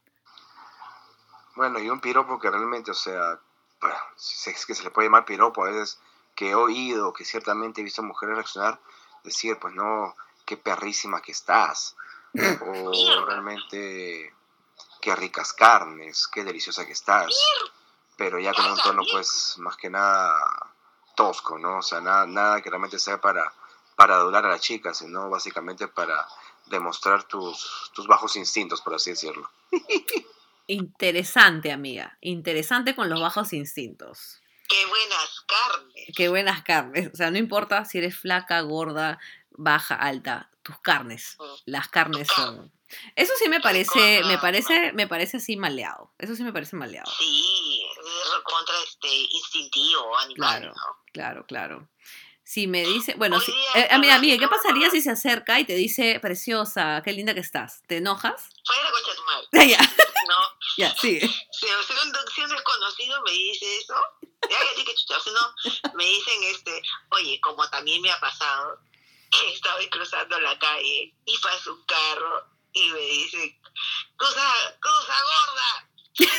Bueno, y un piropo que realmente, o sea, bueno, si es que se le puede llamar piropo, a veces que he oído, que ciertamente he visto mujeres reaccionar, decir, pues no, qué perrísima que estás. O Mierda. realmente, qué ricas carnes, qué deliciosa que estás. Pero ya con un tono, pues, más que nada tosco, ¿no? O sea, nada, nada que realmente sea para, para adular a la chica, sino básicamente para demostrar tus, tus bajos instintos, por así decirlo. Interesante, amiga. Interesante con los bajos instintos. Qué buenas carnes. Qué buenas carnes. O sea, no importa si eres flaca, gorda, baja, alta. Tus carnes. Las carnes son. Eso sí me parece, me parece, me parece así maleado. Eso sí me parece maleado. Sí, es contra este instintivo animal, Claro, ¿no? claro, claro. Si me dice, bueno, Hoy si, día eh, amiga, hablando amiga, ¿qué de pasaría ropa, si se acerca y te dice, preciosa, qué linda que estás? ¿Te enojas? fuera concha tu madre, Ya, ya, ¿no? ya, sigue. Si, si un, si un desconocido me dice eso, ya que sí que chucha, si no, me dicen este, oye, como también me ha pasado, que estaba cruzando la calle y pasa un carro y me dice, cruza, cruza gorda.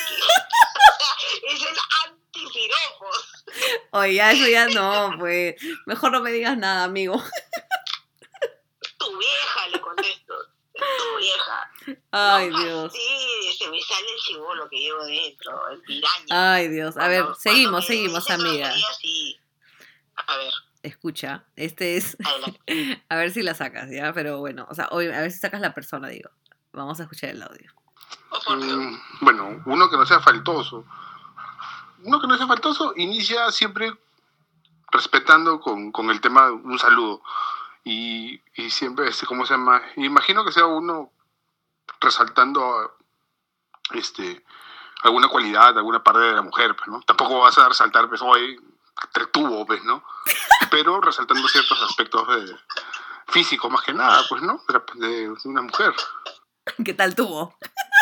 O sea, es el antipiropos. Oye, ya, eso ya no, pues, mejor no me digas nada, amigo. Tu vieja, le contesto. Tu vieja. Ay, No Dios. fastidies, se me sale el chibolo que llevo dentro, el piraña. Ay, Dios. A ver, Cuando- seguimos, cuando me seguimos, dicen amiga. groserías, sí. A ver, Escucha, este es, adelante. a ver si la sacas, ¿ya? Pero bueno, o sea, hoy, a ver si sacas la persona, digo. Vamos a escuchar el audio. Oh, por Dios. Mm, bueno, uno que no sea faltoso. Uno que no sea faltoso inicia siempre respetando con, con el tema un saludo. Y, y siempre, este, ¿cómo se llama? Imagino que sea uno resaltando este, alguna cualidad, alguna parte de la mujer, pues, ¿no? Tampoco vas a resaltar, pues, hoy te tuvo, pues, ¿no? Pero resaltando ciertos aspectos de, físicos, más que nada, pues, ¿no? De, de una mujer. ¿Qué tal tuvo?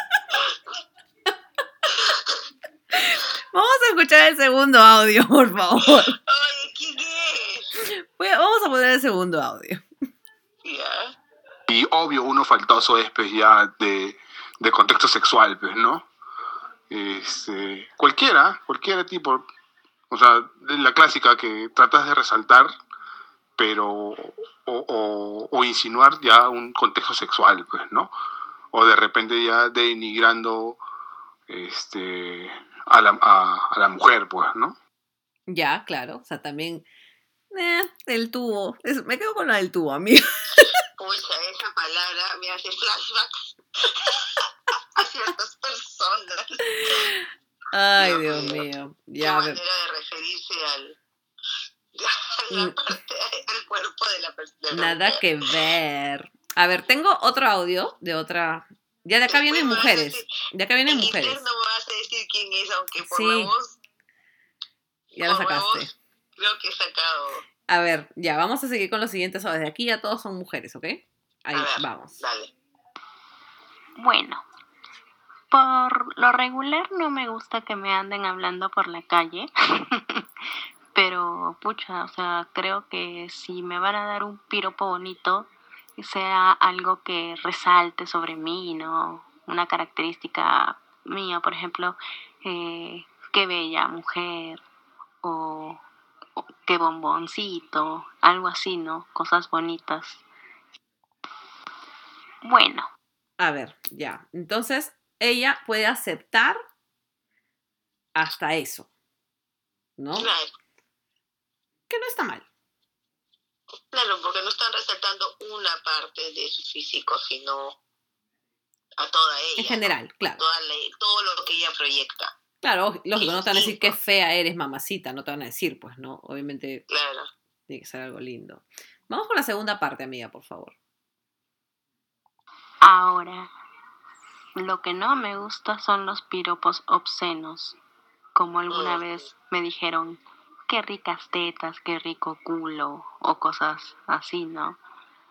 Vamos a escuchar el segundo audio, por favor. Ay, ¿quién es? Voy a- Vamos a poner el segundo audio. Ya. Y obvio, uno faltoso es, pues, ya de, de contexto sexual, pues, ¿no? Este, cualquiera, cualquier tipo, o sea, de la clásica que tratas de resaltar, pero o, o, o insinuar ya un contexto sexual, pues, ¿no? O de repente ya denigrando este, a, la, a, a la mujer, pues, ¿no? Ya, claro. O sea, también... Eh, el tubo. Es- me quedo con la del tubo, amigo. Pucha, esa palabra me hace flashbacks a ciertas personas. Ay, Dios Dios mío. mío. Qué Ya, a ver. manera de referirse al, a la Mm, parte, al cuerpo de la, pers- de la Nada mujer. que ver. A ver, tengo otro audio de otra... Ya de acá Después vienen me vas a decir, mujeres. De acá vienen en mujeres. interno me vas a decir quién es, aunque por la Sí, voz, ya lo por la sacaste. voz, creo que he sacado. A ver, ya, vamos a seguir con los siguientes audios. De aquí ya todos son mujeres, ¿ok? A Ahí, ver, vamos. dale. Bueno, por lo regular no me gusta que me anden hablando por la calle, pero pucha, o sea, creo que si me van a dar un piropo bonito, que sea algo que resalte sobre mí, ¿no? Una característica mía, por ejemplo, eh, qué bella mujer o, o qué bomboncito, algo así, ¿no? Cosas bonitas. Bueno, A ver, ya. Entonces, ella puede aceptar hasta eso, ¿no? Claro, Que no está mal. claro, porque no están resaltando una parte de su físico, sino a toda En ella, ¿no? general, A claro. toda la- todo lo que ella proyecta. Claro, Y lógico, no sus te van a decir qué síntomas, fea eres, mamacita. No te van a decir, pues, ¿no? Obviamente claro. tiene que ser algo lindo. Vamos con la segunda parte, amiga, por favor. ahora, lo que no me gusta son los piropos obscenos, como alguna Mm, vez me dijeron, qué ricas tetas, qué rico culo, o cosas así, ¿no?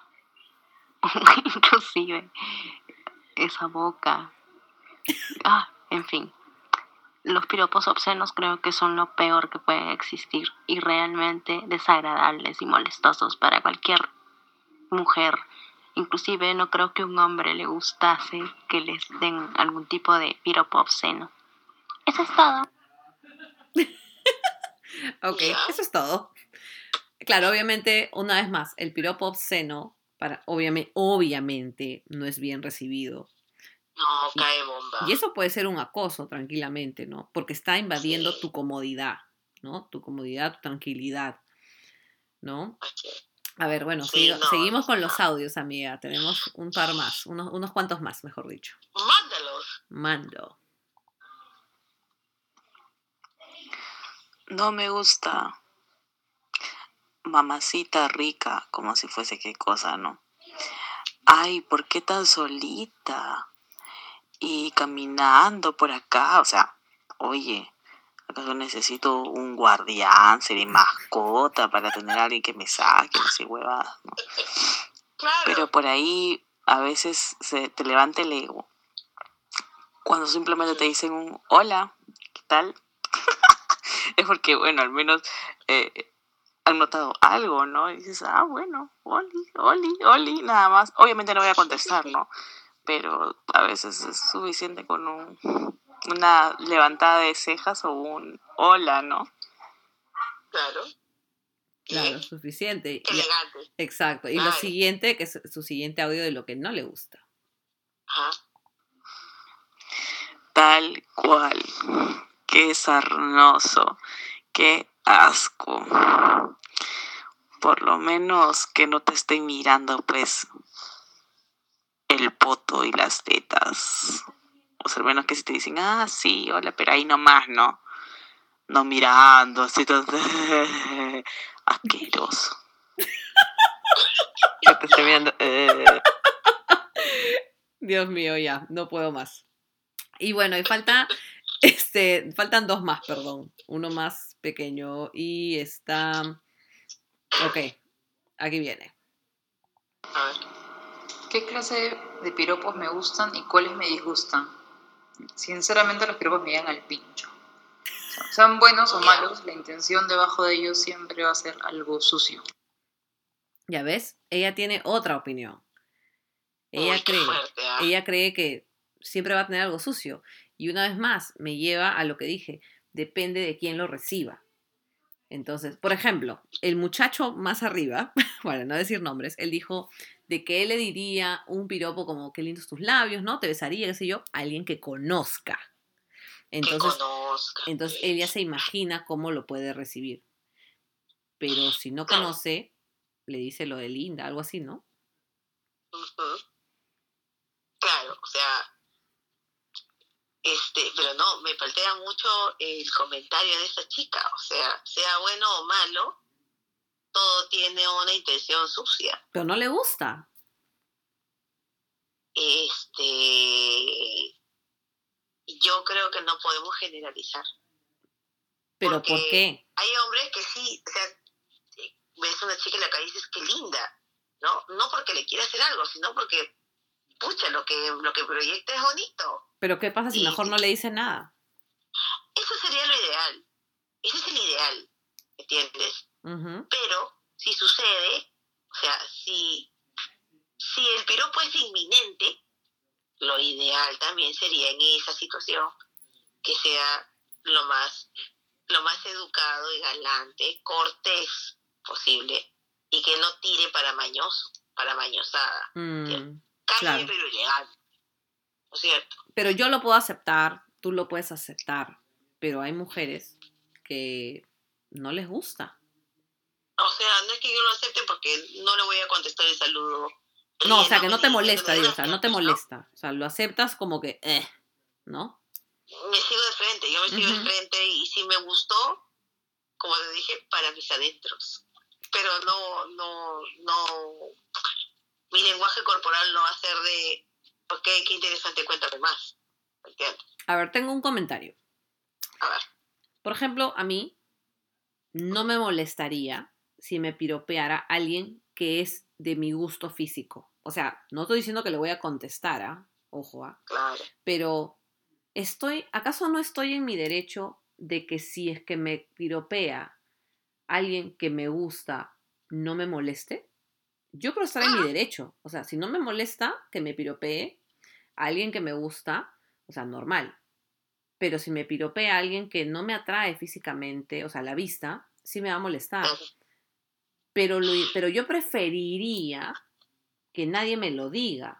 Inclusive esa boca. Ah, en fin. Los piropos obscenos creo que son lo peor que puede existir y realmente desagradables y molestosos para cualquier mujer. Inclusive no creo que un hombre le gustase que les den algún tipo de piropo obsceno. Eso es todo. Ok, ya, eso es todo. Claro, obviamente, una vez más, el piropo obsceno, para, obviamente, obviamente, no es bien recibido. no, Y, cae bomba. y eso puede ser un acoso, tranquilamente, ¿no? Porque está invadiendo Sí, tu comodidad, ¿no? Tu comodidad, tu tranquilidad, ¿no? así es. A ver, bueno, Sí, sigo- no, seguimos con no. los audios, amiga. Tenemos un par más, unos, unos cuantos más, mejor dicho. Mándalos. Mando. No me gusta mamacita rica, como si fuese qué cosa, ¿no? Ay, ¿por qué tan solita? Y caminando por acá, o sea, oye, ¿acaso necesito un guardián, ser mascota para tener a alguien que me saque, no sé, huevadas, ¿no? Claro. Pero por ahí a veces se te levanta el ego. Cuando simplemente te dicen un hola, ¿qué tal? Es porque, bueno, al menos eh, han notado algo, ¿no? Y dices, ah, bueno, oli, oli, oli, nada más. Obviamente no voy a contestar, ¿no? Pero a veces es suficiente con un, una levantada de cejas o un hola, ¿no? Claro. Claro, Bien. suficiente. Qué Y- elegante. exacto. Y lo Claro. siguiente, que es su siguiente audio de lo que no le gusta. Ajá. Tal cual. Qué sarnoso. Qué asco. Por lo menos que no te estén mirando, pues, el poto y las tetas. O sea, al menos que si te dicen, ah, sí, hola, pero ahí nomás, ¿no? No mirando, así todo. Asqueroso. Que te esté mirando. eh. Dios mío, ya, no puedo más. Y bueno, y falta, este, faltan dos más, perdón. Uno más pequeño y está... Ok, aquí viene. A ver. ¿Qué clase de piropos me gustan y cuáles me disgustan? Sinceramente los piropos me llegan al pincho. O sea, sean buenos o malos, la intención debajo de ellos siempre va a ser algo sucio. Ya ves, ella tiene otra opinión. Ella Uy, qué cree, fuerte, ¿ah? ella cree que siempre va a tener algo sucio. Y una vez más, me lleva a lo que dije, depende de quién lo reciba. Entonces, por ejemplo, el muchacho más arriba, bueno, no decir nombres, él dijo de que él le diría un piropo como, qué lindos tus labios, ¿no? Te besaría, qué sé yo, a alguien que conozca. Que Entonces, conozca. entonces él ya se imagina cómo lo puede recibir. Pero si no Claro. conoce, le dice lo de linda, algo así, ¿no? Ujú. Claro, o sea, este, pero no, me paltea mucho el comentario de esta chica. O sea, sea bueno o malo, todo tiene una intención sucia. Pero no le gusta. Este, yo creo que no podemos generalizar. ¿Pero Porque por qué? hay hombres que sí, o sea, ves a una chica en la calle y dices, qué linda, ¿no? No porque le quiera hacer algo, sino porque, pucha, lo que, lo que proyecta es bonito. ¿Pero qué pasa si Y mejor no le dice nada? eso sería lo ideal. Ese es el ideal, ¿entiendes? Ujú. Pero si sucede, o sea, si, si el piropo es inminente, lo ideal también sería en esa situación que sea lo más, lo más educado y galante, cortés posible, y que no tire para mañoso, para mañosada. Mm, Calle claro. pero ilegal, ¿no es cierto? Pero yo lo puedo aceptar, tú lo puedes aceptar, pero hay mujeres que no les gusta. O sea, no es que yo lo acepte porque no le voy a contestar el saludo. No, o sea, que riéndome no te ni molesta, diciéndole digo, o sea, no te gracias, ¿no? molesta. O sea, lo aceptas como que, eh, ¿no? Me sigo de frente, yo me sigo de Ujú. frente y si me gustó, como te dije, para mis adentros. Pero no, no, no, mi lenguaje corporal no va a ser de, ok, qué interesante, cuéntame más. ¿Entiendes? A ver, tengo un comentario. A ver. Por ejemplo, a mí no me molestaría si me piropeara alguien que es de mi gusto físico. O sea, no estoy diciendo que le voy a contestar, ¿ah? Ojo, ¿ah? Claro. Pero estoy, ¿acaso no estoy en mi derecho de que si es que me piropea alguien que me gusta, no me moleste? Yo creo estar en mi derecho. O sea, si no me molesta que me piropee a alguien que me gusta, o sea, normal. Pero si me piropea a alguien que no me atrae físicamente, o sea, la vista, sí me va a molestar. Pero, lo, pero yo preferiría que nadie me lo diga.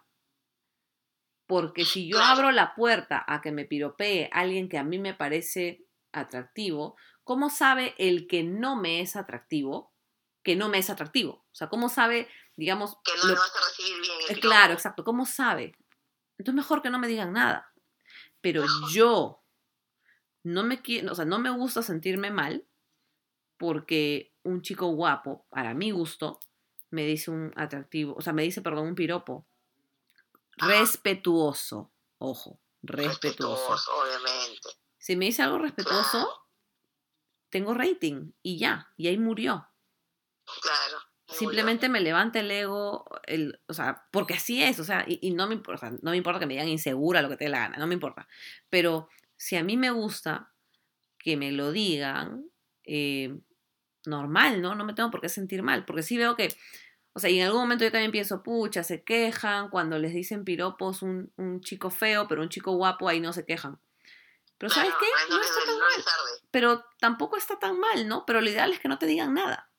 Porque si yo abro la puerta a que me piropee alguien que a mí me parece atractivo, ¿cómo sabe el que no me es atractivo que no me es atractivo? O sea, ¿cómo sabe, digamos... Que no lo, le vas a recibir bien el eh, piropo. Claro, exacto. ¿Cómo sabe? Entonces mejor que no me digan nada. Pero Mejor. yo no me quiero, o sea, no me gusta sentirme mal porque un chico guapo, para mi gusto, me dice un atractivo, o sea, me dice, perdón, un piropo Ajá. respetuoso. Ojo, respetuoso. Respetuoso, obviamente. Si me dice algo respetuoso, Claro. tengo rating y ya, y ahí murió. Claro. Simplemente me levanta el ego, el, o sea, porque así es, o sea, y, y no, me, importa, o sea, no me importa que me digan insegura, lo que te dé la gana, no me importa. Pero si a mí me gusta que me lo digan, eh, normal, ¿no? No me tengo por qué sentir mal, porque sí veo que, o sea, y en algún momento yo también pienso, pucha, se quejan cuando les dicen piropos un, un chico feo, pero un chico guapo, ahí no se quejan. Pero ¿sabes Claro, qué? no No les está duele, tan no mal. les arde. Pero tampoco está tan mal, ¿no? Pero lo ideal es que no te digan nada,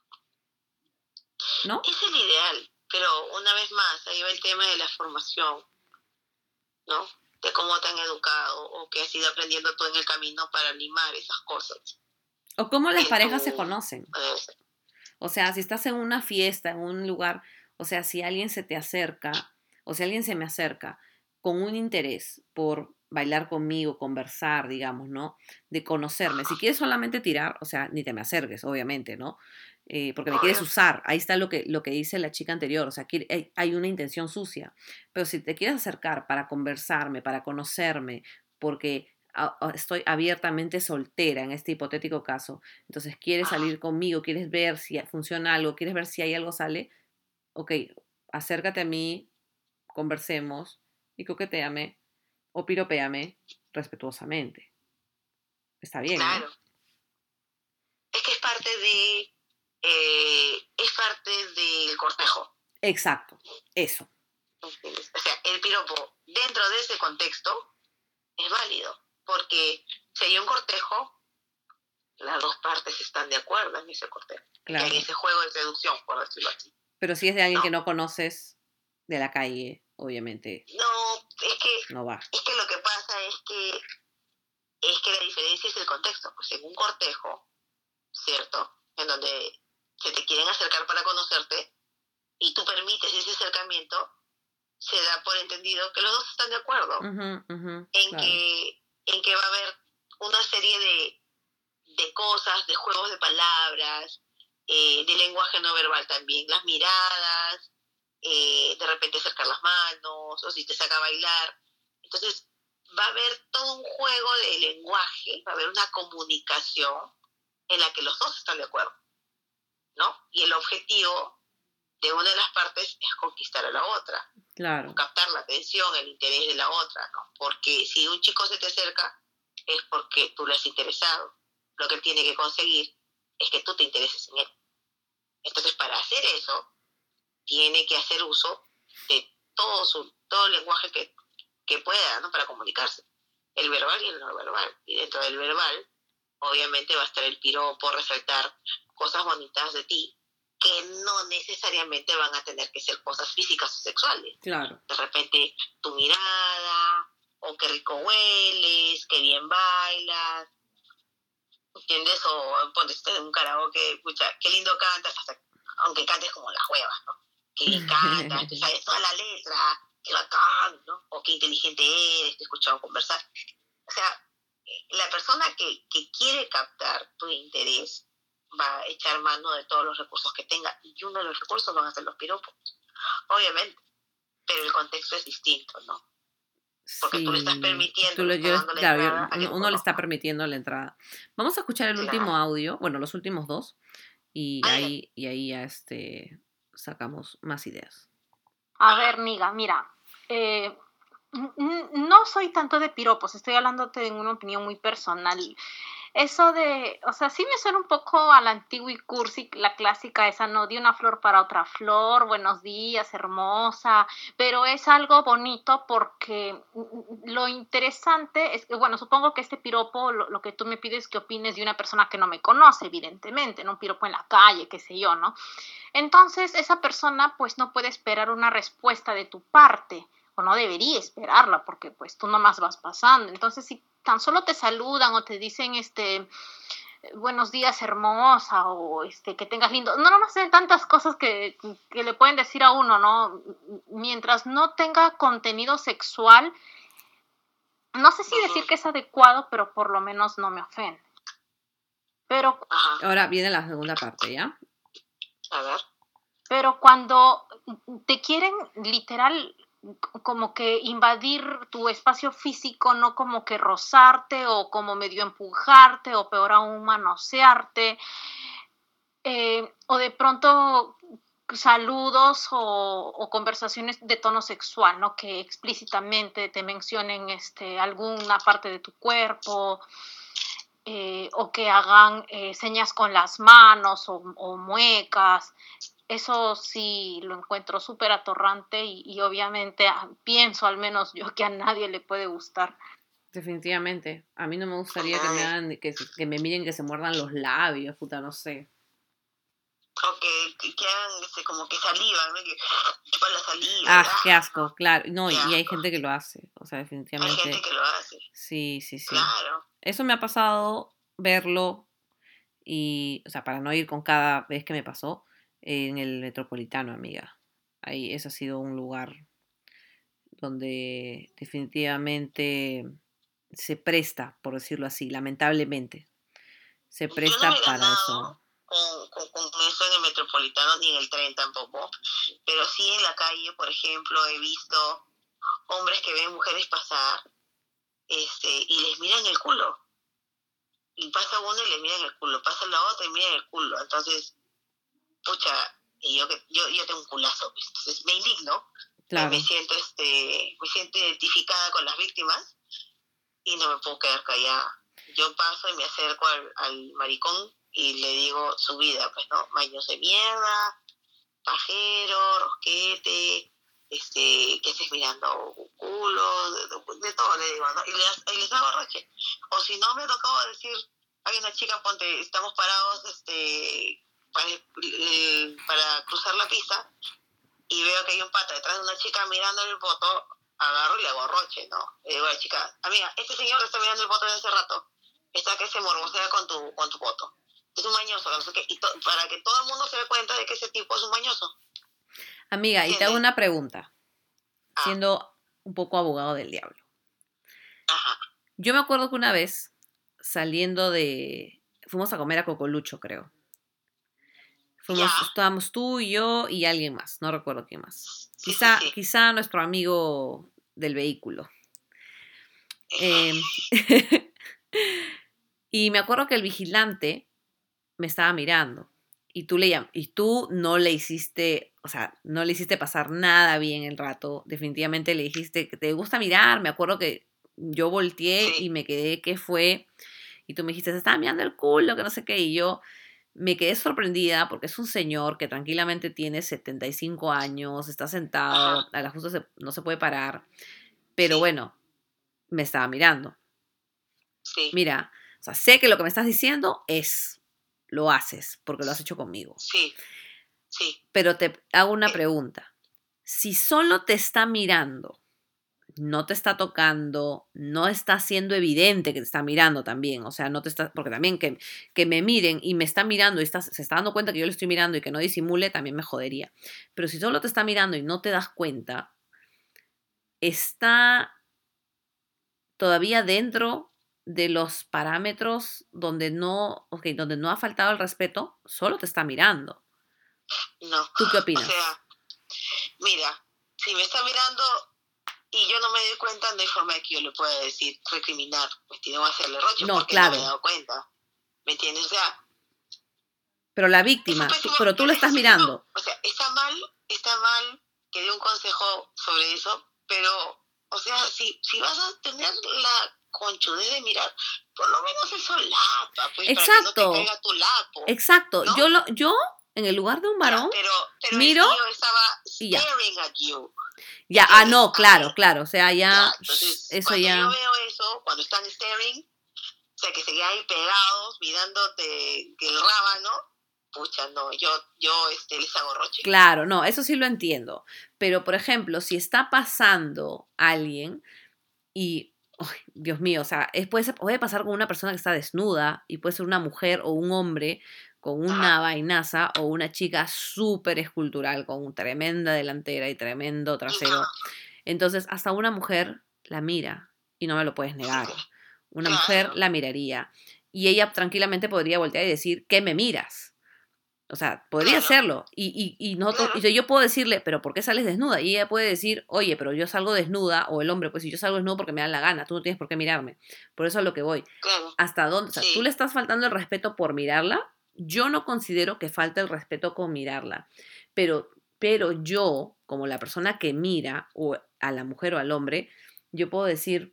¿no? Es el ideal, pero una vez más, ahí va el tema de la formación, ¿no? De cómo te han educado o que has ido aprendiendo tú en el camino para limar esas cosas. O cómo las En parejas tu- se conocen. eh, O sea, si estás en una fiesta, en un lugar, o sea, si alguien se te acerca, o si alguien se me acerca con un interés por bailar conmigo, conversar, digamos, ¿no? De conocerme. Si quieres solamente tirar, o sea, ni te me acerques, obviamente, ¿no? Eh, porque me quieres obvio. usar. Ahí está lo que, lo que dice la chica anterior. O sea, quiere- hay, hay una intención sucia. Pero si te quieres acercar para conversarme, para conocerme, porque a- a- estoy abiertamente soltera en este hipotético caso, entonces quieres Ajá. salir conmigo, quieres ver si funciona algo, quieres ver si hay algo sale, ok, acércate a mí, conversemos y coquetéame o piropéame respetuosamente. Está bien, ¿no? Claro. Es que es parte de, eh, es parte del cortejo. Exacto, eso. ¿Entiendes? O sea, el piropo dentro de ese contexto es válido, porque si hay un cortejo, las dos partes están de acuerdo en ese cortejo, Claro. en ese juego de seducción, por decirlo así. Pero si es de alguien ¿No? que no conoces de la calle, obviamente No, es que, no va. es que lo que pasa es que, es que la diferencia es el contexto. Pues en un cortejo, ¿cierto? En donde se te quieren acercar para conocerte y tú permites ese acercamiento, se da por entendido que los dos están de acuerdo Ujú, ujú, en, claro. que, en que va a haber una serie de, de cosas, de juegos de palabras, eh, de lenguaje no verbal también, las miradas, eh, de repente acercar las manos, o si te saca a bailar. Entonces, va a haber todo un juego de lenguaje, va a haber una comunicación en la que los dos están de acuerdo, ¿no? Y el objetivo de una de las partes es conquistar a la otra, Claro. captar la atención, el interés de la otra, ¿no? Porque si un chico se te acerca, es porque tú le has interesado. Lo que él tiene que conseguir es que tú te intereses en él. Entonces, para hacer eso, tiene que hacer uso de todo su todo el lenguaje que, que pueda, ¿no? Para comunicarse. El verbal y el no verbal. Y dentro del verbal, obviamente va a estar el piropo, resaltar cosas bonitas de ti, que no necesariamente van a tener que ser cosas físicas o sexuales. Claro. De repente, tu mirada, o qué rico hueles, qué bien bailas, ¿entiendes? O ponte en un karaoke, escucha, qué lindo cantas, hasta, aunque cantes como las huevas, ¿no? Qué bien cantas, tú sabes toda la letra, qué bacán, ¿no? O qué inteligente eres, te he escuchado conversar. O sea, la persona que, que quiere captar tu interés va a echar mano de todos los recursos que tenga, y uno de los recursos van a ser los piropos, obviamente, pero el contexto es distinto, ¿no? Porque tú le estás Sí. permitiendo, Tú le lo, estás yo, dando la claro, yo- entrada a que uno, lo uno le está conozca. permitiendo la entrada. Vamos a escuchar el Claro. último audio, bueno, los últimos dos, y Ah, ya. ahí, y ahí ya este, sacamos más ideas. A ver, Niga, mira, eh, n- n- no soy tanto de piropos, estoy hablándote en una opinión muy personal. Eso de, o sea, sí me suena un poco a la antigua y cursi, la clásica esa, ¿no? De una flor para otra flor, buenos días, hermosa, pero es algo bonito porque mm, lo interesante es que, bueno, supongo que este piropo, lo, lo que tú me pides que opines de una persona que no me conoce, evidentemente, ¿no? Un piropo en la calle, qué sé yo, ¿no? Entonces, esa persona pues no puede esperar una respuesta de tu parte, o no debería esperarla, porque pues tú nomás vas pasando. Entonces, si tan solo te saludan o te dicen, este, buenos días, hermosa, o este, que tengas lindo, no, no, no sé, tantas cosas que, que le pueden decir a uno, ¿no? Mientras no tenga contenido sexual, no sé si decir que es adecuado, pero por lo menos no me ofende. Pero Ajá, Ahora viene la segunda parte, ¿ya? a ver. Pero cuando te quieren literal como que invadir tu espacio físico, no como que rozarte o como medio empujarte o peor aún manosearte, eh, o de pronto saludos o, o conversaciones de tono sexual, ¿no? Que explícitamente te mencionen este, alguna parte de tu cuerpo, eh, o que hagan eh, señas con las manos o, o muecas. Eso sí lo encuentro súper atorrante y, y obviamente ah, pienso al menos yo que a nadie le puede gustar. Definitivamente. A mí no me gustaría que me hagan, que, se- que me miren, que se muerdan los labios, puta, no sé. O que, que quedan este, como que saliva, ¿no? Que chupan la saliva. Ah, ah, qué asco, claro. No, Qué y hay asco. gente que lo hace. O sea, Hay gente definitivamente. que lo hace, Sí, sí, sí. claro. Eso me ha pasado verlo y, o sea, para no ir con cada vez que me pasó, en el Metropolitano, amiga. Ahí, ese ha sido un lugar donde definitivamente se presta, por decirlo así, lamentablemente, se Yo no me he presta para eso. ganado con, con, con eso en el Metropolitano ni en el tren tampoco, pero sí en la calle, por ejemplo, he visto hombres que ven mujeres pasar este, y les miran el culo. Y pasa uno y le miran el culo, pasa la otra y miran el culo. Entonces, pucha, y yo, que- yo, yo tengo un culazo, pues. Entonces me indigno, me, Claro, me siento este, me siento identificada con las víctimas y no me puedo quedar callada. Yo paso y me acerco al, al maricón y le digo su vida, pues, ¿no? Maños de mierda, pajero, rosquete, este, que estés mirando culo, de, de- de todo le digo, ¿no? Y les, y les hago roche. O si no, me ha tocado decir hay una chica, ponte, estamos parados este, para, eh, para cruzar la pista y veo que hay un pata detrás de una chica mirando el voto, agarro y le hago roche, ¿no? Le digo a la chica, amiga, este señor está mirando el voto desde hace rato, está que se morbosea con tu, con tu voto. Es un mañoso, no sé qué, y to- para que todo el mundo se dé cuenta de que ese tipo es un mañoso. Amiga, y te hago ¿Entiendes? una pregunta, Ah, siendo un poco abogado del diablo. ajá, Yo me acuerdo que una vez, saliendo de... Fuimos a comer a Cocolucho, creo. ya, Fuimos, estábamos tú y yo y alguien más, no recuerdo quién más. sí, sí, Quizá, sí. quizá nuestro amigo del vehículo. Eh, Eh, y me acuerdo que el vigilante me estaba mirando y tú, le, llam- y tú no le hiciste, o sea, no le hiciste pasar nada bien el rato. Definitivamente le dijiste que te gusta mirar. Me acuerdo que yo volteé y sí, me quedé, ¿qué fue? Y tú me dijiste, se estaba mirando el culo, que no sé qué. Y yo me quedé sorprendida porque es un señor que tranquilamente tiene setenta y cinco años, está sentado, ajá, a la justa se- no se puede parar. Pero sí, bueno, me estaba mirando. sí, Mira, o sea, sé que lo que me estás diciendo es, lo haces, porque lo has hecho conmigo. sí, sí. Pero te hago una Eh, pregunta. Si solo te está mirando, no te está tocando, no está siendo evidente que te está mirando también, o sea, no te está, porque también que, que me miren y me está mirando y está, se está dando cuenta que yo le estoy mirando y que no disimule, también me jodería. Pero si solo te está mirando y no te das cuenta, está todavía dentro de los parámetros donde no, ok, donde no ha faltado el respeto, solo te está mirando. no, ¿Tú qué o opinas? sea, mira, si me está mirando y yo no me doy cuenta, no hay forma de que yo le pueda decir, recriminar, pues tiene que hacerle roche No, porque no me he claro, dado cuenta, ¿me entiendes? O sea, pero la es un víctima, tú- pésimo, pero tú lo pero es un estás pésimo, mirando. o sea, está mal, está mal que dé un consejo sobre eso, pero, o sea, si, si vas a tener la conchudez de mirar, por lo menos eso lapa, pues, para que no te Exacto, caiga tu lapo, exacto. ¿no? Yo, lo, yo, en el lugar de un Ya, varón, pero, pero el miro tío estaba y ya. staring at you, Ya, ah, ¿entiendes? no, A mí, claro, claro. O sea, ya, ya, entonces, eso cuando yo ya. veo eso, cuando están staring, o sea, que se quedan ahí pegados, mirándote el rábano, pucha, no, yo, yo este, les hago roche. Claro, no, eso sí lo entiendo. Pero, por ejemplo, si está pasando alguien y, ay, Dios mío, o sea, es, puede, ser- puede pasar con una persona que está desnuda y puede ser una mujer o un hombre con una Ajá, vainaza o una chica súper escultural con tremenda delantera y tremendo trasero. ajá, Entonces, hasta una mujer la mira y no me lo puedes negar. Una mujer claro, la miraría y ella tranquilamente podría voltear y decir, ¿qué me miras? O sea, podría claro, hacerlo. Y, y, y nosotros, claro, y yo puedo decirle, pero ¿por qué sales desnuda? Y ella puede decir, oye, pero yo salgo desnuda, o el hombre, pues si yo salgo desnudo porque me da la gana, tú no tienes por qué mirarme. Por eso es a lo que voy. claro, ¿Hasta dónde? O sea, tú le sí, estás faltando el respeto por mirarla. Yo no considero que falte el respeto con mirarla. Pero, pero yo, como la persona que mira, o a la mujer o al hombre, yo puedo decir,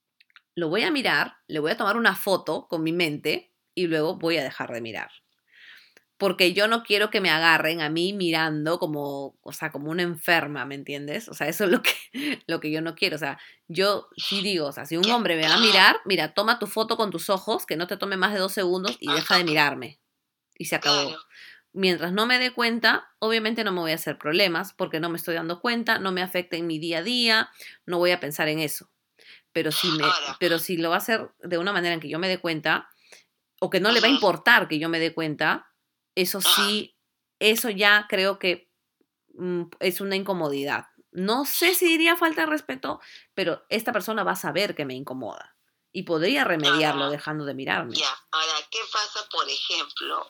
lo voy a mirar, le voy a tomar una foto con mi mente y luego voy a dejar de mirar porque yo no quiero que me agarren a mí mirando como, o sea, como una enferma, ¿me entiendes? O sea, eso es lo que, lo que yo no quiero. O sea, yo sí digo, o sea, si un ya, hombre me va a claro, mirar, mira, toma tu foto con tus ojos, que no te tome más de dos segundos y al deja de toque, mirarme. Y se claro, acabó. Mientras no me dé cuenta, obviamente no me voy a hacer problemas porque no me estoy dando cuenta, no me afecta en mi día a día, no voy a pensar en eso. Pero si, me, ahora, pero si lo va a hacer de una manera en que yo me dé cuenta, o que no le va a ajá, importar que yo me dé cuenta, eso ajá, sí, eso ya creo que mm, es una incomodidad. No sé si diría falta de respeto, pero esta persona va a saber que me incomoda y podría remediarlo ahora, dejando de mirarme. ya, ahora, ¿qué pasa, por ejemplo?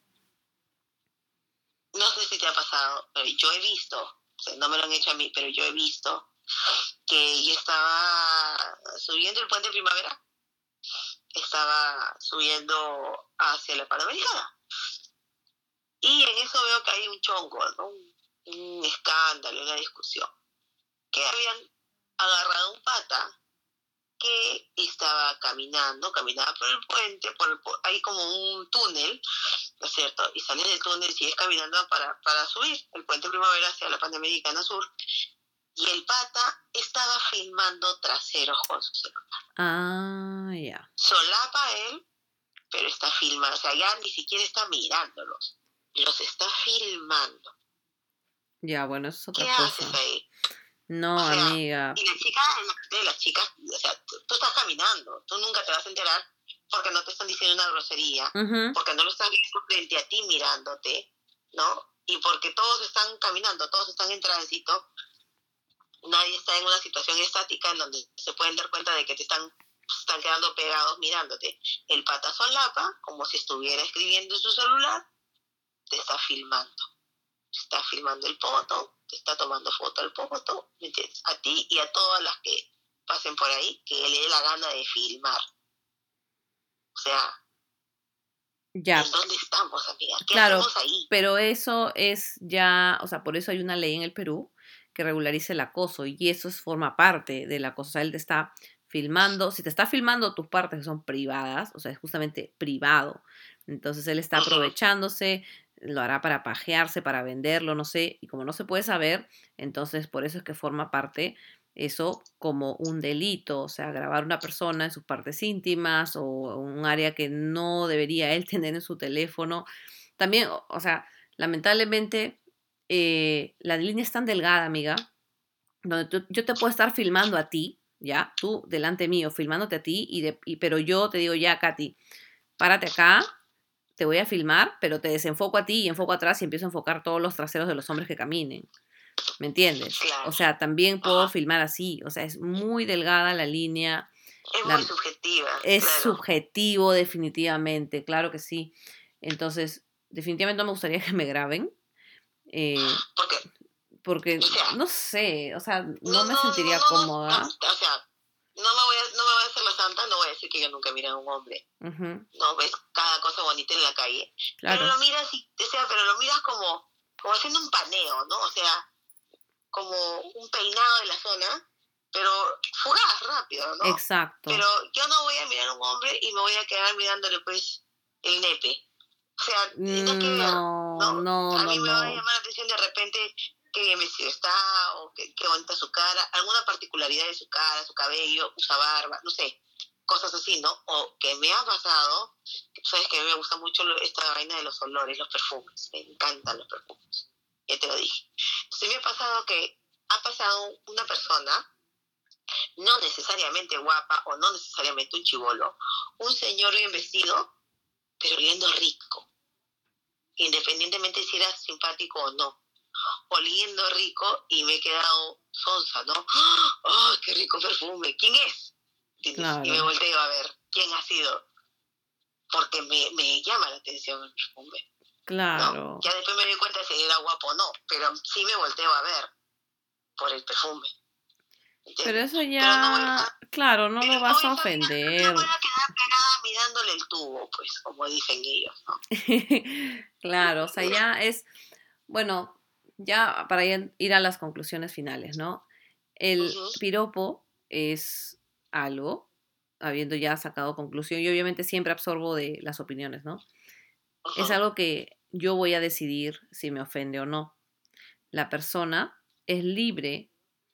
No sé si te ha pasado, pero yo he visto, o sea, no me lo han hecho a mí, pero yo he visto que yo estaba subiendo el puente Primavera, estaba subiendo hacia la Panamericana. Y en eso veo que hay un chongo, ¿no? Un, un escándalo, una discusión. Que habían agarrado un pata que estaba caminando, caminaba por el puente, por el, por, hay como un túnel, ¿no es cierto? Y sales del túnel y sigues caminando para, para subir el puente Primavera hacia la Panamericana Sur. Y el pata estaba filmando traseros con su celular. Ah, ya. Solapa él pero está filmando, o sea, ya ni siquiera está mirándolos, los está filmando. Ya, bueno, eso es ¿Qué otra haces cosa. ahí? No, O sea, amiga. y la chica, de las chicas, o sea, tú, tú estás caminando, tú nunca te vas a enterar porque no te están diciendo una grosería, Ujú. porque no lo están viendo frente a ti mirándote, ¿no? Y porque todos están caminando, todos están en tránsito, nadie está en una situación estática en donde se pueden dar cuenta de que te están, están quedando pegados mirándote. El pata solapa, como si estuviera escribiendo en su celular, te está filmando. Te está filmando el poto, te está tomando foto al poto, ¿me entiendes? A ti y a todas las que pasen por ahí, que le dé la gana de filmar. O sea, Ya, ¿en dónde estamos, amiga? ¿Qué claro, hacemos ahí? pero eso es ya, o sea, por eso hay una ley en el Perú que regulariza el acoso y eso es, forma parte del acoso. O sea, él te está filmando, si te está filmando tus partes que son privadas, o sea, es justamente privado. Entonces él está Ujú. aprovechándose, lo hará para pajearse, para venderlo, no sé, y como no se puede saber, entonces por eso es que forma parte eso como un delito, o sea, grabar a una persona en sus partes íntimas o un área que no debería él tener en su teléfono. También, o o sea, lamentablemente eh, la línea es tan delgada, amiga, donde tú- yo te puedo estar filmando a ti, ¿ya? Tú delante mío, filmándote a ti, y de, y- pero yo te digo, ya, Katy, párate acá, te voy a filmar, pero te desenfoco a ti y enfoco atrás y empiezo a enfocar todos los traseros de los hombres que caminen. ¿Me entiendes? Claro. O sea, también puedo Ajá. filmar así. O sea, es muy delgada la línea. Es La- muy subjetiva, es claro. subjetivo, definitivamente. Claro que sí. Entonces, definitivamente no me gustaría que me graben. eh, Porque, porque, o sea, no sé, o sea, no, no me no, sentiría no, no, cómoda. no, o sea, no me voy a, no me voy a hacer la santa, no voy a decir que yo nunca miré a un hombre. Ujú, No ves cada cosa bonita en la calle. Pero claro, lo miras y, o sea, pero lo miras como, como haciendo un paneo, ¿no? O sea, como un peinado de la zona, pero fugaz, rápido, ¿no? exacto. Pero yo no voy a mirar a un hombre y me voy a quedar mirándole, pues, el nepe. O sea, no que Mm, ver, No, ¿no? no, A no, mí me va a no. llamar la atención de repente qué bien vestido está, o qué, qué bonita su cara, alguna particularidad de su cara, su cabello, usa barba, no sé, cosas así, ¿no? O que me ha pasado, que tú sabes que a mí me gusta mucho lo- esta vaina de los olores, los perfumes, me encantan los perfumes, ya te lo dije. Entonces me ha pasado que ha pasado una persona, no necesariamente guapa o no necesariamente un chibolo, un señor bien vestido, pero oliendo rico, independientemente si era simpático o no, oliendo rico y me he quedado sonsa, ¿no? ¡Oh, qué rico perfume! ¿Quién es? ¿Entiendes? Y me Claro, volteo a ver quién ha sido, porque me, me llama la atención el perfume, ¿no? claro. Ya después me doy cuenta si era guapo o no, pero sí me volteo a ver por el perfume, Pero ¿entiendes? eso Pero no voy a estar, ya, claro, no pero lo no vas voy a a estar mirando, no ofender. voy a quedar pegada mirándole el tubo, pues, como dicen ellos, ¿no? Claro, o sea, ya es, bueno, ya para ir ir a las conclusiones finales, ¿no? El Ujú, piropo es algo, habiendo ya sacado conclusión, y obviamente siempre absorbo de las opiniones, ¿no? Es ujú, algo que yo voy a decidir si me ofende o no. La persona es libre,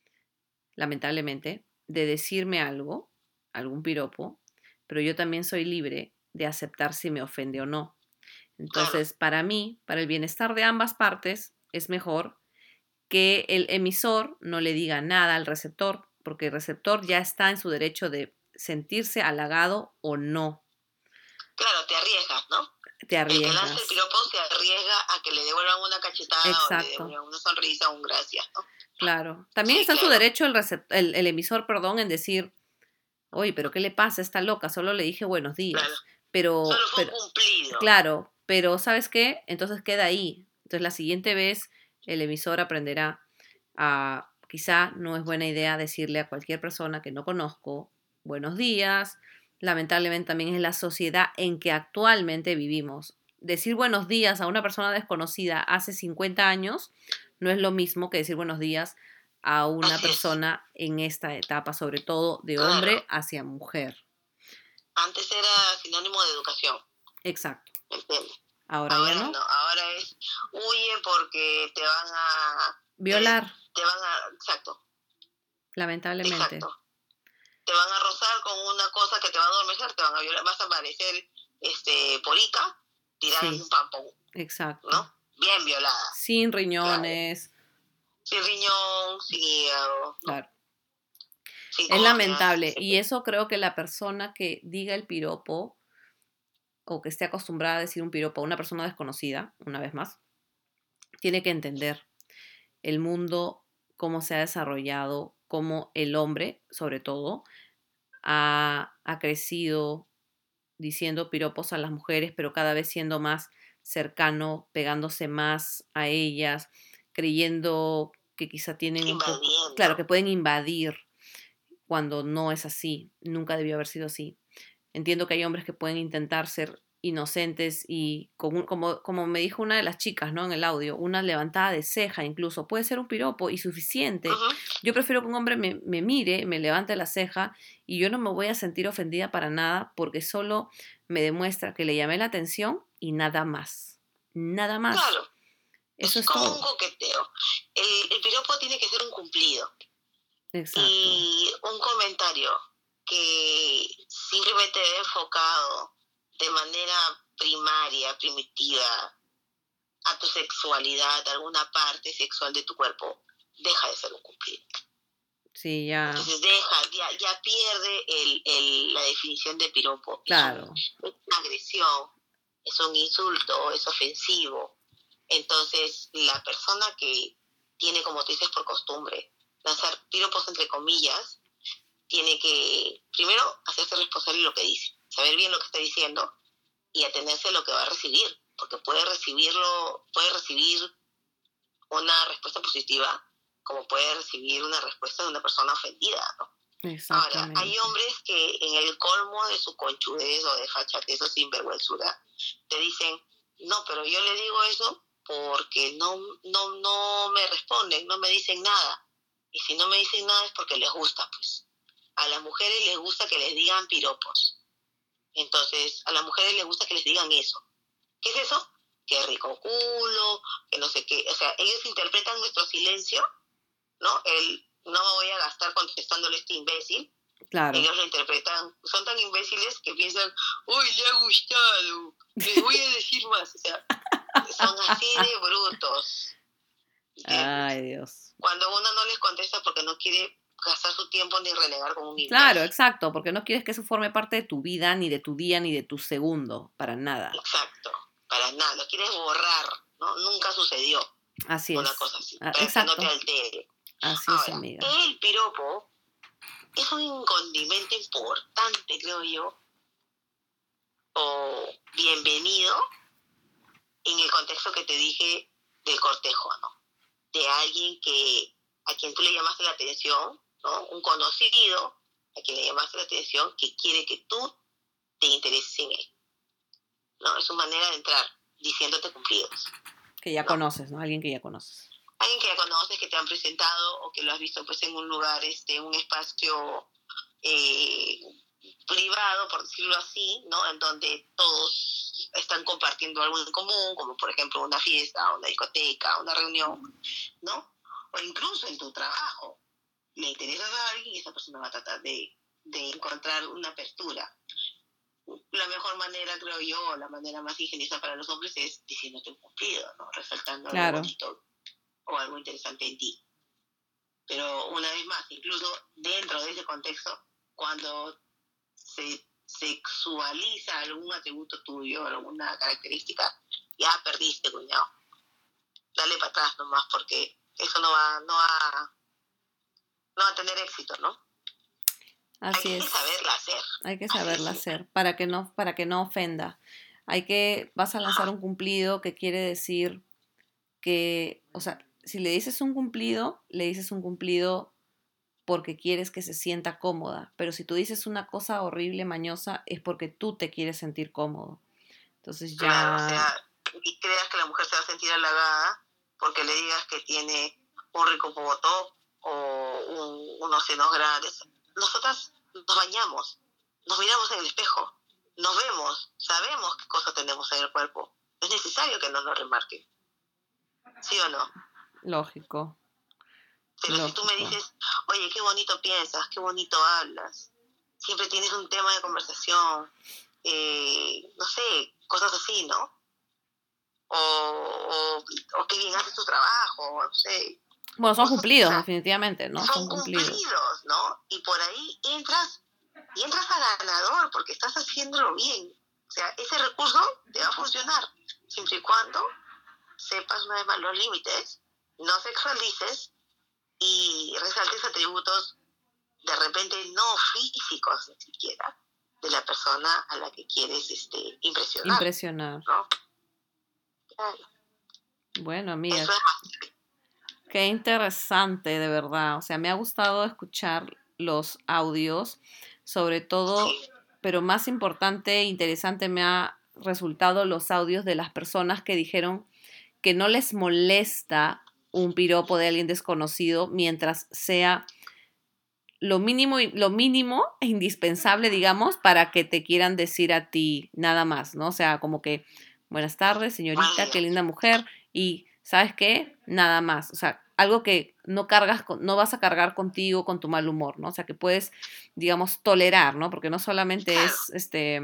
lamentablemente, de decirme algo, algún piropo, pero yo también soy libre de aceptar si me ofende o no. claro, Entonces, para mí, para el bienestar de ambas partes, es mejor que el emisor no le diga nada al receptor, porque el receptor ya está en su derecho de sentirse halagado o no. claro, te arriesgas, ¿no? Te El que lanza el arriesgas. piropo se arriesga a que le devuelvan una cachetada o le Exacto, devuelvan una sonrisa o un gracias, ¿no? claro. También Sí, está en su claro. derecho el, recep- el, el emisor, perdón, en decir, oye, pero ¿qué le pasa? Está loca, solo le dije buenos Claro. días. Pero, Solo fue un pero, cumplido. claro, pero ¿sabes qué? Entonces queda ahí. Entonces la siguiente vez el emisor aprenderá a, quizá no es buena idea decirle a cualquier persona que no conozco buenos días. Lamentablemente también es la sociedad en que actualmente vivimos. Decir buenos días a una persona desconocida hace cincuenta años no es lo mismo que decir buenos días a una Así es. persona en esta etapa, sobre todo de Claro. hombre hacia mujer. Antes era sinónimo de educación, Exacto. ¿me entiendes? Ahora, Ahora ya no. no, ahora es huye porque te van a... Violar, Te, te van a... Exacto, lamentablemente. exacto. Te van a rozar con una cosa que te va a adormecer, te van a violar, vas a aparecer este, porica, tirada Sí. en un pampón, Exacto. ¿no? Bien violada. Sin riñones. Sin riñón, sin hígado, ¿no? Claro. Sin Es córneas, lamentable. sin- Y eso creo que la persona que diga el piropo o que esté acostumbrada a decir un piropo a una persona desconocida, una vez más, tiene que entender el mundo, cómo se ha desarrollado, cómo el hombre, sobre todo, ha, ha crecido diciendo piropos a las mujeres, pero cada vez siendo más cercano, pegándose más a ellas, creyendo que quizá tienen un poco, invadiendo. claro, que pueden invadir cuando no es así, nunca debió haber sido así. Entiendo que hay hombres que pueden intentar ser inocentes y con un- como, como me dijo una de las chicas, ¿no? En el audio, una levantada de ceja incluso, puede ser un piropo y suficiente. Ujú. Yo prefiero que un hombre me, me mire, me levante la ceja y yo no me voy a sentir ofendida para nada porque solo me demuestra que le llamé la atención y nada más. Nada más. Claro, Eso es es como un todo. coqueteo. El, el piropo tiene que ser un cumplido. Exacto. Y un comentario que simplemente he enfocado de manera primaria, primitiva, a tu sexualidad, a alguna parte sexual de tu cuerpo, deja de ser un cumplido. Sí, ya. Entonces deja, ya, ya pierde el, el, la definición de piropo. Claro. Es, un, es una agresión, es un insulto, es ofensivo. Entonces la persona que tiene, como tú dices, por costumbre, lanzar piropos entre comillas, tiene que primero hacerse responsable de lo que dice, saber bien lo que está diciendo y atenerse a lo que va a recibir, porque puede recibirlo, puede recibir una respuesta positiva, como puede recibir una respuesta de una persona ofendida, ¿no? Ahora, hay hombres que en el colmo de su conchudez o de fachatez o sinvergüenzura te dicen, no, pero yo le digo eso porque no, no, no me responden, no me dicen nada. Y si no me dicen nada es porque les gusta, pues. A las mujeres les gusta que les digan piropos. Entonces, a las mujeres les gusta que les digan eso. ¿Qué es eso? Qué rico culo, que no sé qué. O sea, ellos interpretan nuestro silencio, ¿no? El no me voy a gastar contestándole a este imbécil. Claro. Ellos lo interpretan, son tan imbéciles que piensan, uy, le ha gustado, les voy a decir más. O sea, son así de brutos. ¿Entiendes? Ay, Dios. Cuando uno no les contesta porque no quiere gastar su tiempo ni renegar con un imbécil. Claro, exacto, porque no quieres que eso forme parte de tu vida, ni de tu día, ni de tu segundo, para nada. Exacto, para nada, lo quieres borrar, ¿no? Nunca sucedió Así una es. cosa así, Ah, para exacto. que no te altere. Así Ahora, es, amiga. el piropo es un condimento importante, creo yo, o bienvenido en el contexto que te dije del cortejo, ¿no? De alguien que a quien tú le llamaste la atención, ¿no? Un conocido a quien le llamaste la atención que quiere que tú te intereses en él, ¿no? Es su manera de entrar diciéndote cumplidos. Que ya ¿no? conoces, ¿no? Alguien que ya conoces. Alguien que ya conoces, que te han presentado o que lo has visto pues en un lugar, este, un espacio eh, privado, por decirlo así, ¿no? En donde todos están compartiendo algo en común, como por ejemplo una fiesta, una discoteca, una reunión, ¿no? O incluso en tu trabajo. Le interesas a alguien y esa persona va a tratar de, de encontrar una apertura. La mejor manera, creo yo, la manera más ingeniosa para los hombres es diciéndote un cumplido, ¿no? Resaltando Claro. algo bonito o algo interesante en ti. Pero una vez más, incluso dentro de ese contexto, cuando se sexualiza algún atributo tuyo, alguna característica, ya perdiste, cuñado. Dale para atrás nomás, porque eso no va, no va, no va a tener éxito, ¿no? Así Hay es. que saberla hacer. Hay que Así saberla es. hacer para que no, para que no ofenda. Hay que, vas a lanzar un cumplido que quiere decir que, o sea, si le dices un cumplido, le dices un cumplido porque quieres que se sienta cómoda, pero si tú dices una cosa horrible, mañosa, es porque tú te quieres sentir cómodo. Entonces ya... Claro, o sea, y creas que la mujer se va a sentir halagada porque le digas que tiene un rico popotó o un, unos senos grandes. Nosotras nos bañamos, nos miramos en el espejo, nos vemos, sabemos qué cosas tenemos en el cuerpo. Es necesario que nos lo remarquen. ¿Sí o no? Lógico. Pero Lógico. si tú me dices, oye, qué bonito piensas, qué bonito hablas, siempre tienes un tema de conversación, eh, no sé, cosas así, ¿no? O, o, o que bien haces tu trabajo, no sé. Bueno, son Cosas, cumplidos, o sea, definitivamente, ¿no? son Son cumplidos. cumplidos, ¿no? Y por ahí entras, y entras a ganador porque estás haciéndolo bien. O sea, ese recurso te va a funcionar siempre y cuando sepas una vez más los límites, no sexualices y resaltes atributos de repente no físicos ni siquiera de la persona a la que quieres este, impresionar. Impresionar. ¿No? Claro. Bueno, amiga, Eso es qué interesante, de verdad. O sea, me ha gustado escuchar los audios, sobre todo, sí, pero más importante e interesante me ha resultado los audios de las personas que dijeron que no les molesta un piropo de alguien desconocido mientras sea lo mínimo, lo mínimo e indispensable, digamos, para que te quieran decir a ti nada más, ¿no? O sea, como que, buenas tardes, señorita, qué linda mujer, y ¿sabes qué? Nada más. O sea, algo que no cargas, con, no vas a cargar contigo con tu mal humor, ¿no? O sea, que puedes, digamos, tolerar, ¿no? Porque no solamente claro. es, este,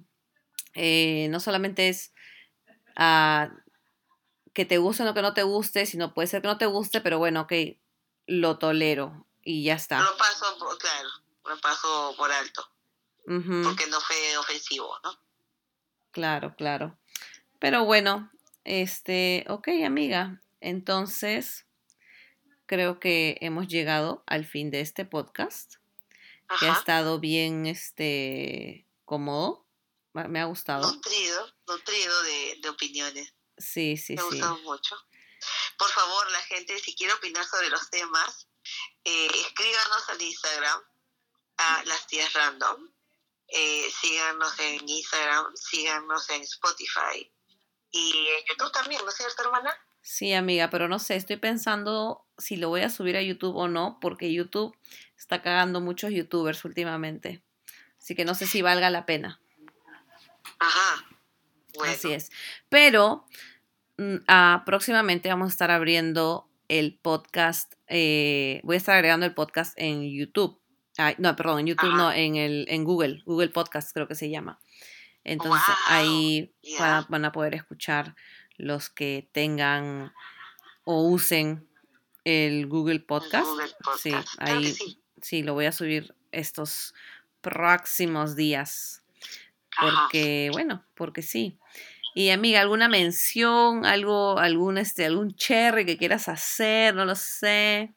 eh, no solamente es uh, que te guste o no que no te guste, sino puede ser que no te guste, pero bueno, ok, lo tolero y ya está. Lo paso, por, claro, lo paso por alto, Uh-huh. porque no fue ofensivo, ¿no? Claro, claro. Pero bueno, este, ok, amiga, entonces creo que hemos llegado al fin de este podcast, Ajá. que ha estado bien, este, cómodo, me ha gustado. Nutrido, nutrido de, de opiniones. Sí, sí, me ha sí. gustado mucho. Por favor, la gente, si quiere opinar sobre los temas, eh, escríbanos al Instagram, a Las Tías Random. Eh, síganos en Instagram, síganos en Spotify y en YouTube también, ¿no es cierto, hermana? Sí, amiga, pero no sé, estoy pensando si lo voy a subir a YouTube o no, porque YouTube está cagando muchos youtubers últimamente. Así que no sé si valga la pena. Ajá. Bueno. Así es. Pero uh, próximamente vamos a estar abriendo el podcast, eh, voy a estar agregando el podcast en YouTube. Ay, no, perdón, en YouTube. Ajá. No, en el en Google, Google Podcast creo que se llama. Entonces wow. ahí yeah. van, a, van a poder escuchar los que tengan o usen el Google Podcast. El Google Podcast. Sí, claro ahí que sí. sí, lo voy a subir estos próximos días. Porque, Ajá. bueno, porque sí. Y amiga, ¿alguna mención, algo, algún, este, algún cherry que quieras hacer? No lo sé.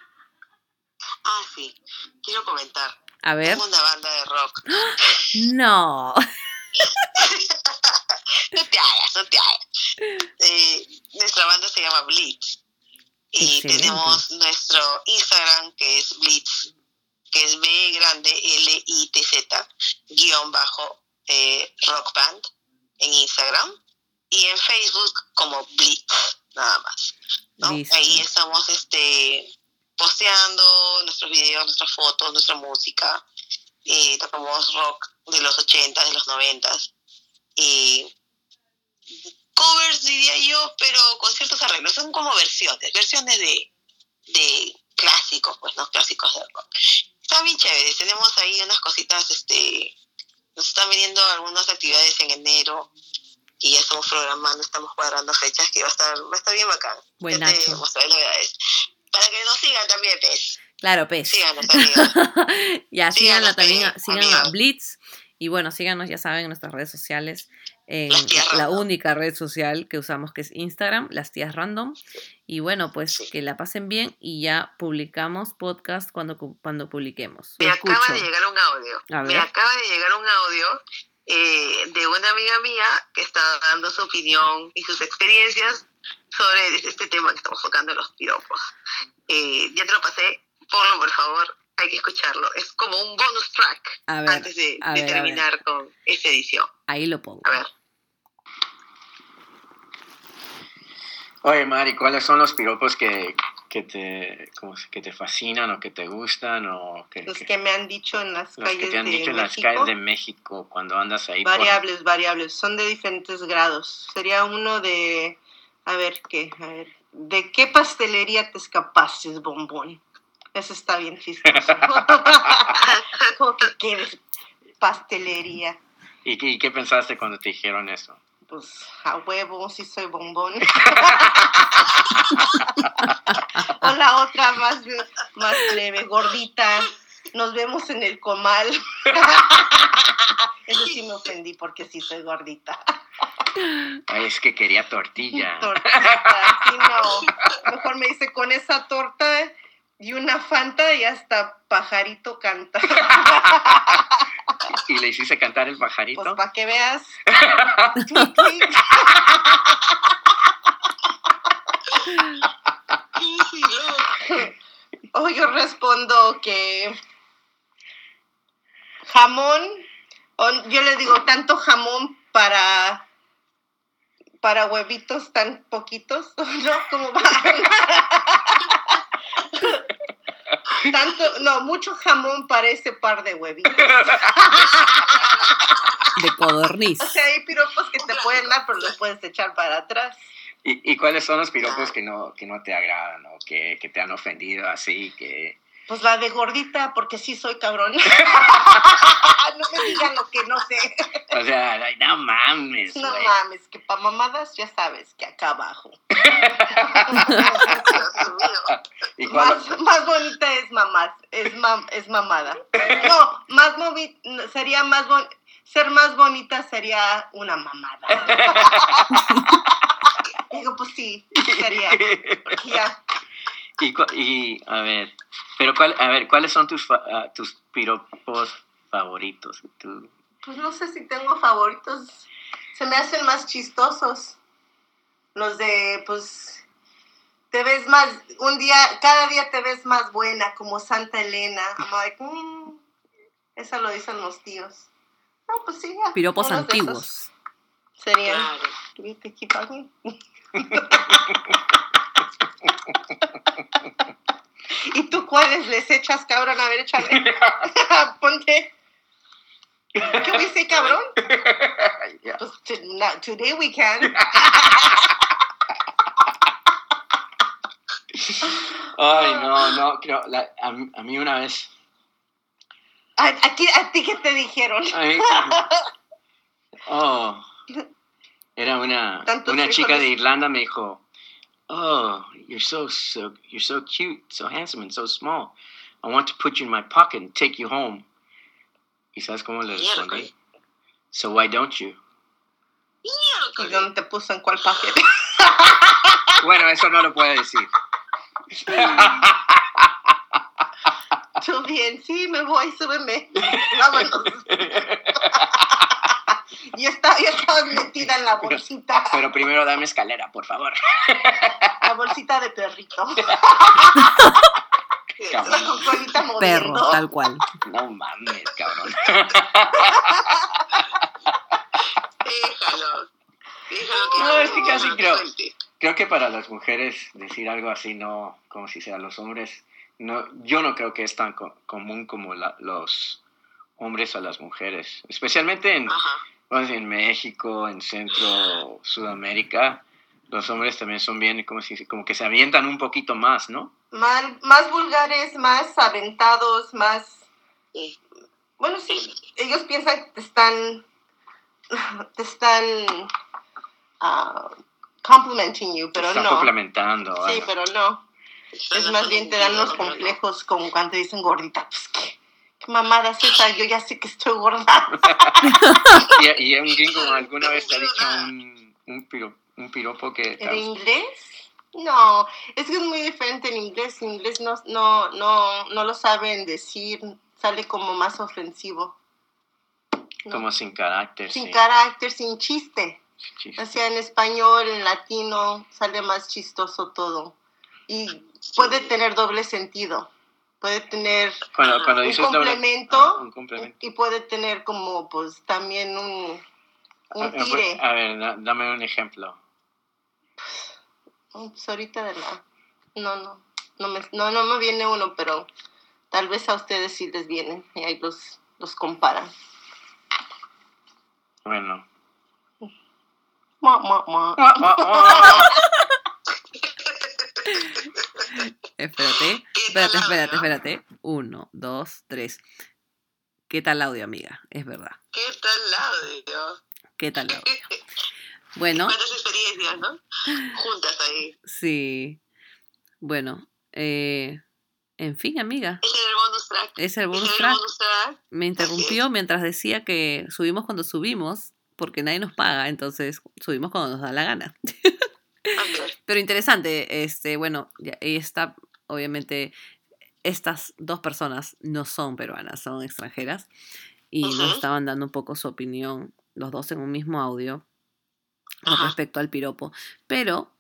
Ah, sí, quiero comentar. A ver. Tengo una banda de rock. No. No te hagas, no te hagas. Eh, nuestra banda se llama Blitz. Y Excelente. Tenemos nuestro Instagram que es Blitz, que es B grande L I T Z, guión bajo eh, rock band en Instagram. Y en Facebook como Blitz, nada más. ¿no? Ahí estamos este, posteando nuestros videos, nuestras fotos, nuestra música. Eh, tocamos rock de los ochenta, de los noventa. Y covers diría yo, pero con ciertos arreglos. Son como versiones, versiones de, de clásicos, pues, ¿no? Clásicos de rock. Están bien chéveres. Tenemos ahí unas cositas, este, nos están viniendo algunas actividades en enero. Y ya estamos programando, estamos cuadrando fechas que va a estar, va a estar bien bacán. Buenazo. Mostrarles novedades. Para que nos sigan también, Pez. Claro, Pez. Síganos, amigos. Ya, síganos también, Pez, sigan amigos. a Blitz. Y bueno, síganos, ya saben, en nuestras redes sociales. En Las tías la, la random. única red social que usamos, que es Instagram, Las Tías Random. Y bueno, pues Sí. que la pasen bien y ya publicamos podcast cuando, cuando publiquemos. Me Lo acaba escucho. de llegar un audio. A ver. Me acaba de llegar un audio eh, de una amiga mía que está dando su opinión y sus experiencias sobre este tema que estamos tocando, los piropos. Eh, ya te lo pasé, ponlo por favor, hay que escucharlo. Es como un bonus track A ver, antes de, a de ver, a terminar ver. con esta edición. Ahí lo pongo. A ver. Oye, Mari, ¿cuáles son los piropos que, que, te, como, que te fascinan o que te gustan? O que, Los que, que me han dicho en las los calles que te han de dicho en las México. calles de México cuando andas ahí. Variables, por... variables. Son de diferentes grados. Sería uno de... A ver, ¿qué? A ver. ¿De qué pastelería te escapaste, bombón? Eso está bien chistoso. Como que qué pastelería. ¿Y qué, y qué pensaste cuando te dijeron eso? Pues a huevo, sí soy bombón. O la otra más, más leve, gordita. Nos vemos en el comal. Eso sí me ofendí porque sí soy gordita. Ay, es que quería tortilla. Tortita, sí, no. Mejor me dice con esa torta y una Fanta y hasta pajarito canta. ¿Y le hiciste cantar el pajarito? Pues para que veas. Tweet, tweet. O yo respondo que jamón, o yo le digo tanto jamón para para huevitos tan poquitos, ¿no? Como va. Tanto, no, mucho jamón para ese par de huevitos. De codorniz. O sea, hay piropos que te pueden dar, pero los puedes echar para atrás. ¿Y, y cuáles son los piropos que no, que no te agradan o que, que te han ofendido así? Que... Pues la de gordita, porque sí soy cabrón. No me digan lo que no sé. O sea, ay, no mames, No güey. mames, que pa' mamadas ya sabes que acá abajo. ¿Y cuál- Más, más bonita es mamá, es, mam, es mamada. No, más movi, sería más bon, ser más bonita sería una mamada. Digo, pues sí, sería. Porque ya. Y, cu- y, a ver, pero cuál, a ver, ¿cuáles son tus, fa- ah, tus piropos favoritos? Tú- Pues no sé si tengo favoritos. Se me hacen más chistosos. Los de, pues, te ves más, un día, cada día te ves más buena, como Santa Elena. I'm like, mm, eso lo dicen los tíos. No, pues sí, ya. Piropos unos de esos antiguos. serían. Claro. ¿Viste, keep on? ¿Y tú cuáles les echas, cabrón? A ver, échale. Ponte. ¿Qué dice, cabrón? Ya. Pues t- no, today we can. Ay, no, no, creo, la- a, mí- a mí una vez... ¿A, a, ti- a ti qué te dijeron? Ay, oh, era una, Tantos una chica frijoles. de Irlanda me dijo, oh, you're so, so, you're so cute, so handsome and so small. I want to put you in my pocket and take you home. ¿Y sabes cómo le respondí? Miércoles. So why don't you? ¿Y Miércoles. dónde te puso en cuál paquete? Bueno, eso no lo puedo decir. Tú bien, sí, me voy, súbeme. Vámonos. Yo estaba, yo estaba metida en la bolsita. Pero primero dame escalera, por favor. La bolsita de perrito. Cabrón. Con colita moviendo. Perro, tal cual. No mames, cabrón. Déjalo. Déjalo que No, hable, es que casi que creo- suelte. Creo que para las mujeres decir algo así no, como si sea los hombres, no, yo no creo que es tan co- común como la- los hombres a las mujeres, especialmente en, Ajá. bueno, en México, en Centro, Sudamérica, los hombres también son bien, como, si, como que se avientan un poquito más, ¿no? Más, más vulgares, más aventados, más... Sí. Bueno, sí, ellos piensan que te están... Te están... ah, complimenting you, pero Están no. complementando. Sí, bueno. pero no. Es más bien te dan los complejos como cuando dicen gordita. Pues qué, qué mamada es esa, yo ya sé que estoy gorda. ¿Y, y un gringo alguna vez te ha dicho un, un, piro- un piropo que... te ¿En ha- inglés? No, es que es muy diferente en inglés. En inglés no, no, no, no lo saben decir, sale como más ofensivo. ¿no? Como sin carácter. Sin sí. carácter, sin chiste. Chiste. O sea, en español, en latino, sale más chistoso todo. Y puede tener doble sentido. Puede tener Cuando, cuando un dices doble- complemento, ah, un complemento. y puede tener como, pues, también un, un A- a- tire. A ver, da- dame un ejemplo. Oh, pues ahorita de la... No, no, no me, no, no me viene uno, pero tal vez a ustedes sí les vienen y ahí los, los comparan. Bueno. Mua, mua, mua. Espérate, espérate, espérate, espérate. Uno, dos, tres. ¿Qué tal audio, amiga? Es verdad. ¿Qué tal audio? ¿Qué tal audio? Bueno. ¿Cuántas experiencias, no? Juntas ahí. Sí. Bueno, eh, en fin, amiga. Ese era el bonus track. Es el bonus Ese track. el bonus track. Me interrumpió mientras decía que subimos cuando subimos, porque nadie nos paga, entonces subimos cuando nos da la gana. Okay. Pero interesante, este, bueno, ya, está, obviamente, estas dos personas no son peruanas, son extranjeras, y Uh-huh. nos estaban dando un poco su opinión, los dos en un mismo audio, con Ajá. respecto al piropo. Pero,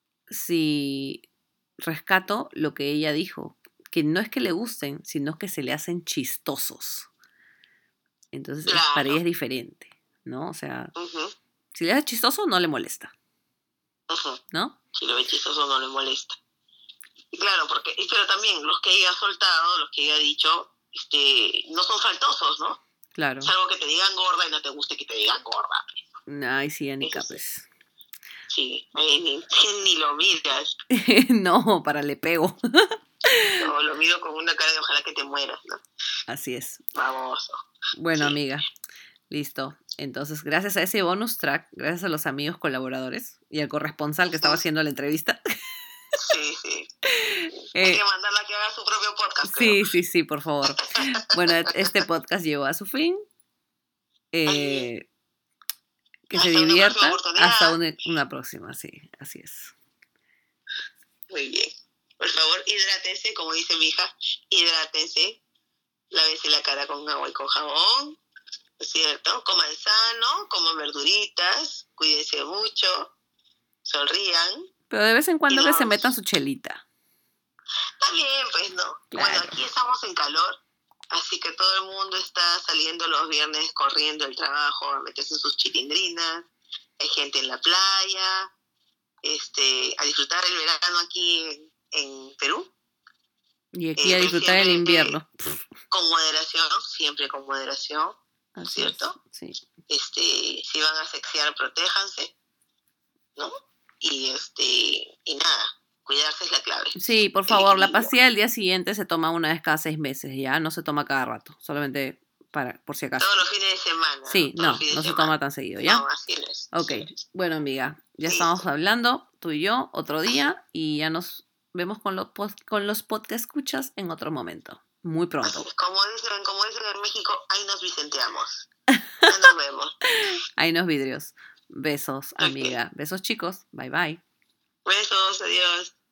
si rescato lo que ella dijo, que no es que le gusten, sino que se le hacen chistosos. Entonces, Claro. para ella es diferente, ¿no? O sea, Uh-huh. si le hace chistoso, no le molesta, Uh-huh. ¿no? Si lo ve chistoso no le molesta. Y claro, porque, pero también los que ella ha soltado, los que ella ha dicho, este, no son faltosos, ¿no? Claro. Salvo que te digan gorda y no te guste que te digan gorda. Ay, sí, Anika, Eso sí. pues. Sí, ni, ni, ni lo miras. No, para le pego. No, lo miro con una cara de ojalá que te mueras, ¿no? Así es. Vamos. Bueno, Sí. amiga, listo. Entonces, gracias a ese bonus track, gracias a los amigos colaboradores y al corresponsal que estaba haciendo la entrevista. Sí, sí. Eh, Hay que mandarla a que haga su propio podcast, creo. sí, sí, sí, por favor. Bueno, este podcast llegó a su fin. Eh, que Hasta se una divierta próxima oportunidad. hasta una, una próxima, sí, así es. Muy bien. Por favor, hidrátense, como dice mi hija, hidrátense. Lávese la cara con agua y con jabón, ¿no es cierto? Coman sano, coman verduritas, cuídense mucho, sonrían. Pero de vez en cuando Y que no- se metan su chelita. Está bien, pues, ¿no? Claro. Bueno, aquí estamos en calor, así que todo el mundo está saliendo los viernes corriendo al trabajo a meterse en sus chilindrinas. Hay gente en la playa, este, a disfrutar el verano aquí en, en Perú, Y aquí Eh, a disfrutar el recientemente- invierno. con moderación, siempre con moderación. Así es, ¿Cierto? sí. Este, si van a sexear, protéjanse, ¿no? Y este, y nada, cuidarse es la clave. Sí, por El favor, la equilibrio. pastilla del día siguiente se toma una vez cada seis meses, ya no se toma cada rato, solamente para, por si acaso. Todos los fines de semana. Sí, Todos no, los fines no de se semana. toma tan seguido, ¿ya? No, así no es. Ok, bueno, amiga, ya Sí. estamos hablando, tú y yo, otro día, y ya nos vemos con los, pod- con los podcast escuchas en otro momento, muy Así pronto. es. Como dicen, como dicen en México, ahí nos vicenteamos. Ya nos vemos. Ahí nos vidrios. Besos, Ok. amiga. Besos, chicos. Bye, bye. Besos, adiós.